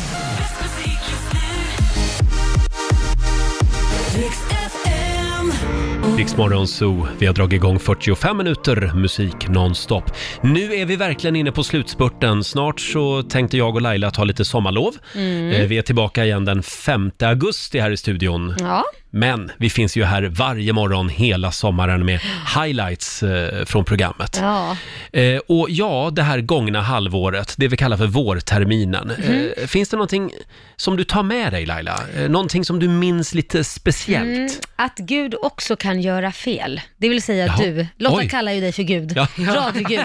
Rix Morgon Zoo. Vi har dragit igång fyrtiofem minuter musik nonstop. Nu är vi verkligen inne på slutspurten. Snart så tänkte jag och Laila ta lite sommarlov. Mm. Vi är tillbaka igen den femte augusti här i studion. Ja. Men vi finns ju här varje morgon hela sommaren med highlights eh, från programmet. Ja. Eh, och ja, det här gångna halvåret, det vi kallar för vårterminen. Mm. Eh, finns det någonting som du tar med dig, Laila? Eh, någonting som du minns lite speciellt? Mm, att Gud också kan göra fel. Det vill säga att Jaha. du, Lotta Oj. kallar ju dig för Gud. Ja. Radiogud.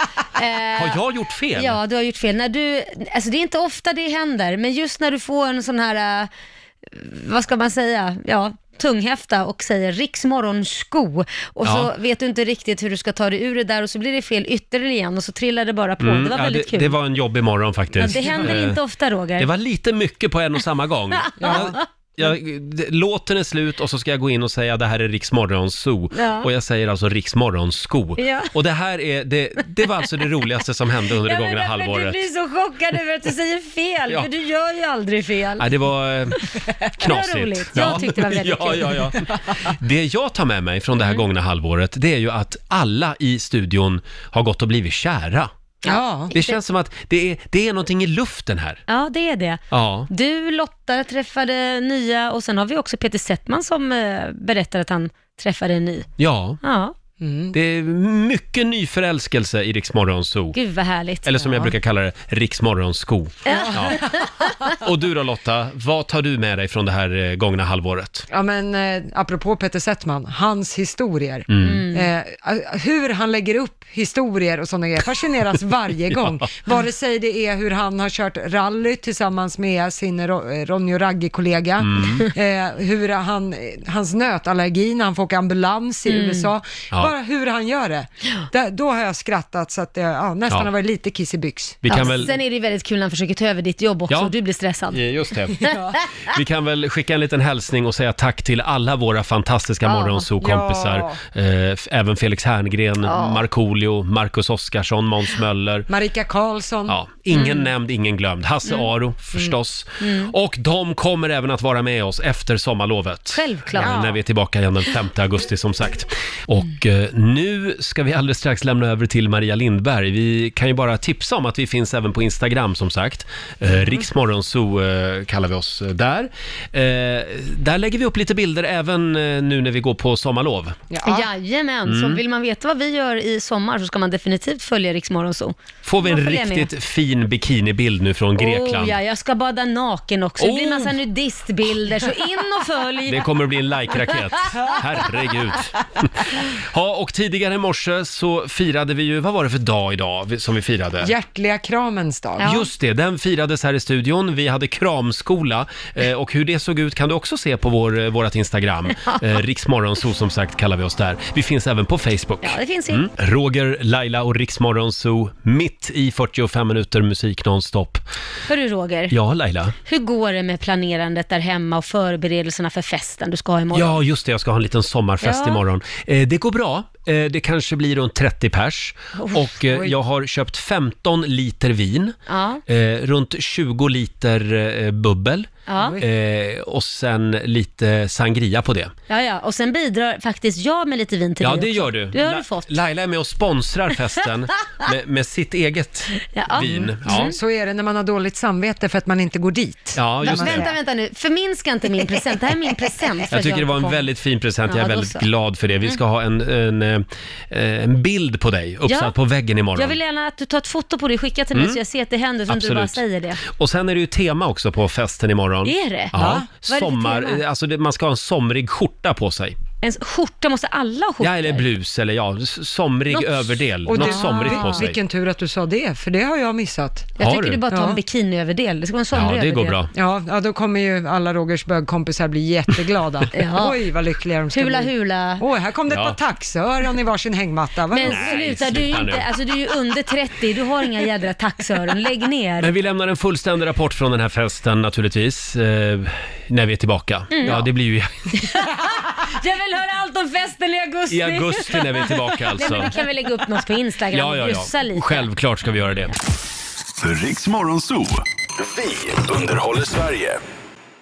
Har jag gjort fel? Ja, du har gjort fel. När du, alltså det är inte ofta det händer, men just när du får en sån här, uh, vad ska man säga, ja, tunghäfta och säger Rix Morgonsko och Ja. så vet du inte riktigt hur du ska ta dig ur det där och så blir det fel ytterligare igen och så trillar det bara på. Mm, det var ja, väldigt det, kul. det var en jobbig morgon faktiskt. Ja, det händer Eh, inte ofta, Roger. Det var lite mycket på en och samma gång. Jag, jag, det- låten är slut och så ska jag gå in och säga det här är Rix Morgon Zoo. Ja. Och jag säger alltså Rix Morgon Sko. Ja. Och det här är, det, det var alltså det roligaste som hände under det Ja, men gångna därför halvåret. Du blir så chockad över att du säger fel, Ja. för du gör ju aldrig fel. Nej, det var eh, knasigt. Det var roligt. Jag tyckte det var väldigt ja, kul. ja, ja. Det jag tar med mig från det här gångna halvåret, det är ju att alla i studion har gått och blivit kära. Ja. Det känns som att det är, det är någonting i luften här. Ja, det är det. Ja. Du, Lotta, träffade nya och sen har vi också Peter Settman som eh, berättar att han träffade en ny. Ja. Ja, Det är mycket nyförälskelse i Rix Morgon Zoo. gud vad härligt. Eller som jag ja. brukar kalla det, Rix Morgon Sko. Ja. Och du då Lotta, vad tar du med dig från det här eh, gångna halvåret? Ja men eh, apropå Peter Settman, hans historier. Mm. Eh, hur han lägger upp historier och sådana grejer fascineras varje gång. Vare sig det är hur han har kört rally tillsammans med sin Ro- Ronny och Raggi-kollega. Mm. Eh, hur han, hans nötallergi när han får åka ambulans i Mm. U S A. Ja. Bara hur han gör det. Där, då har jag skrattat så att det ja, nästan Ja. har varit lite kiss i byx. Vi kan Ja, väl... Sen är det väldigt kul när han försöker ta över ditt jobb också Ja. och du blir stressad. Ja, just det. Vi kan väl skicka en liten hälsning och säga tack till alla våra fantastiska Ja. morgonzoo-kompisar. Eh, f- även Felix Herngren, Ja. Markoolio, Marcus Oskarsson, Måns Möller. Marika Karlsson. Ja, ingen nämnd, ingen glömd. Hasse Aro förstås. Och de kommer även att vara med oss efter sommarlovet. Självklart. Eh, När vi är tillbaka igen den femte augusti som sagt. Och eh, nu ska vi alldeles strax lämna över till Maria Lindberg. Vi kan ju bara tipsa om att vi finns även på Instagram som sagt. Eh, Rix Morgon Zoo eh, kallar vi oss eh, där. Eh, där lägger vi upp lite bilder även eh, nu när vi går på sommarlov. Ja. Jajamän, så vill man veta vad vi gör i sommar så ska man definitivt följa Rix Morgon Zoo. Får vi en Får följa med. riktigt fin bikinibild nu från Grekland? Oh ja, jag ska bada naken också. Det blir Oh. massa nudistbilder, så in och följ. Det kommer att bli en like-raket. Herregud. Ja, och tidigare i morse så firade vi ju, vad var det för dag idag vi- som vi firade? Hjärtliga kramens dag. Ja. Just det, den firades här i studion. Vi hade kramskola eh, och hur det såg ut kan du också se på vår, eh, vårat Instagram. Eh, Rix Morgon Zoo som sagt kallar vi oss där. Vi finns även på Facebook. Ja, det finns vi. Mm. Roger, Laila och Rix Morgon Zoo mitt i fyrtiofem minuter musik nonstop. Hörru Roger, Ja, Laila. hur går det med planerandet där hemma och förberedelserna för festen du ska ha imorgon? Ja, just det. Jag ska ha en liten sommarfest Ja. imorgon. Eh, det går bra. eh, det kanske blir runt trettio pers. Oh, och eh, jag har köpt femton liter vin, Ja. eh, runt tjugo liter eh, bubbel. Ja. Eh, och sen lite sangria på det. Ja, ja, och sen bidrar faktiskt jag med lite vin till Ja, dig det också. gör du. Det har La- du fått. Laila är med och sponsrar festen med, med sitt eget Ja. vin. Mm. Ja. Så är det när man har dåligt samvete för att man inte går dit. Ja, just det. Vänta, vänta nu. Förminska inte min present. Det här är min present. för Jag att tycker det var en kom. väldigt fin present. Jag Ja, är då väldigt så. glad för det. Vi ska ha en, en, eh, en bild på dig uppsatt Ja. på väggen imorgon. Jag vill gärna att du tar ett foto på det och skickar till mig Mm. så jag ser att det händer, så inte du bara Absolut. säger det. Och sen är det ju tema också på festen imorgon. Är det? Ja. Va? Vad är det för Sommar, tema? alltså det, man ska ha en somrig skjorta på sig. En skjorta, måste alla ha skjortor? Ja, eller blus, eller ja, s- somrig Något- överdel. Och Något det- somrigt på sig. Vilken tur att du sa det, för det har jag missat. Jag Har tycker du? du bara tar Ja. en bikiniöverdel. Det ska vara en somrig Ja, det går överdel. bra. Ja, ja, då kommer ju alla Rogers bögkompisar bli jätteglada. Ja. Oj, vad lyckliga de ska Hula bli. hula. Oj, här kom det ett Ja. par taxöron i varsin hängmatta. Vad Men roligt. sluta, du är, ju sluta nu. inte, alltså, du är ju under trettio, du har inga jädra taxöron. Lägg ner. Men vi lämnar en fullständig rapport från den här festen naturligtvis, eh, när vi är tillbaka. Mm. Ja, det blir ju Jag vill höra allt om festen i augusti. i augusti när vi är tillbaka alltså. Nej, men vi kan väl lägga upp något på Instagram Ja, och ja, bjussa ja. lite. Självklart ska vi göra det. Riks Morgonzoo. Vi underhåller Sverige.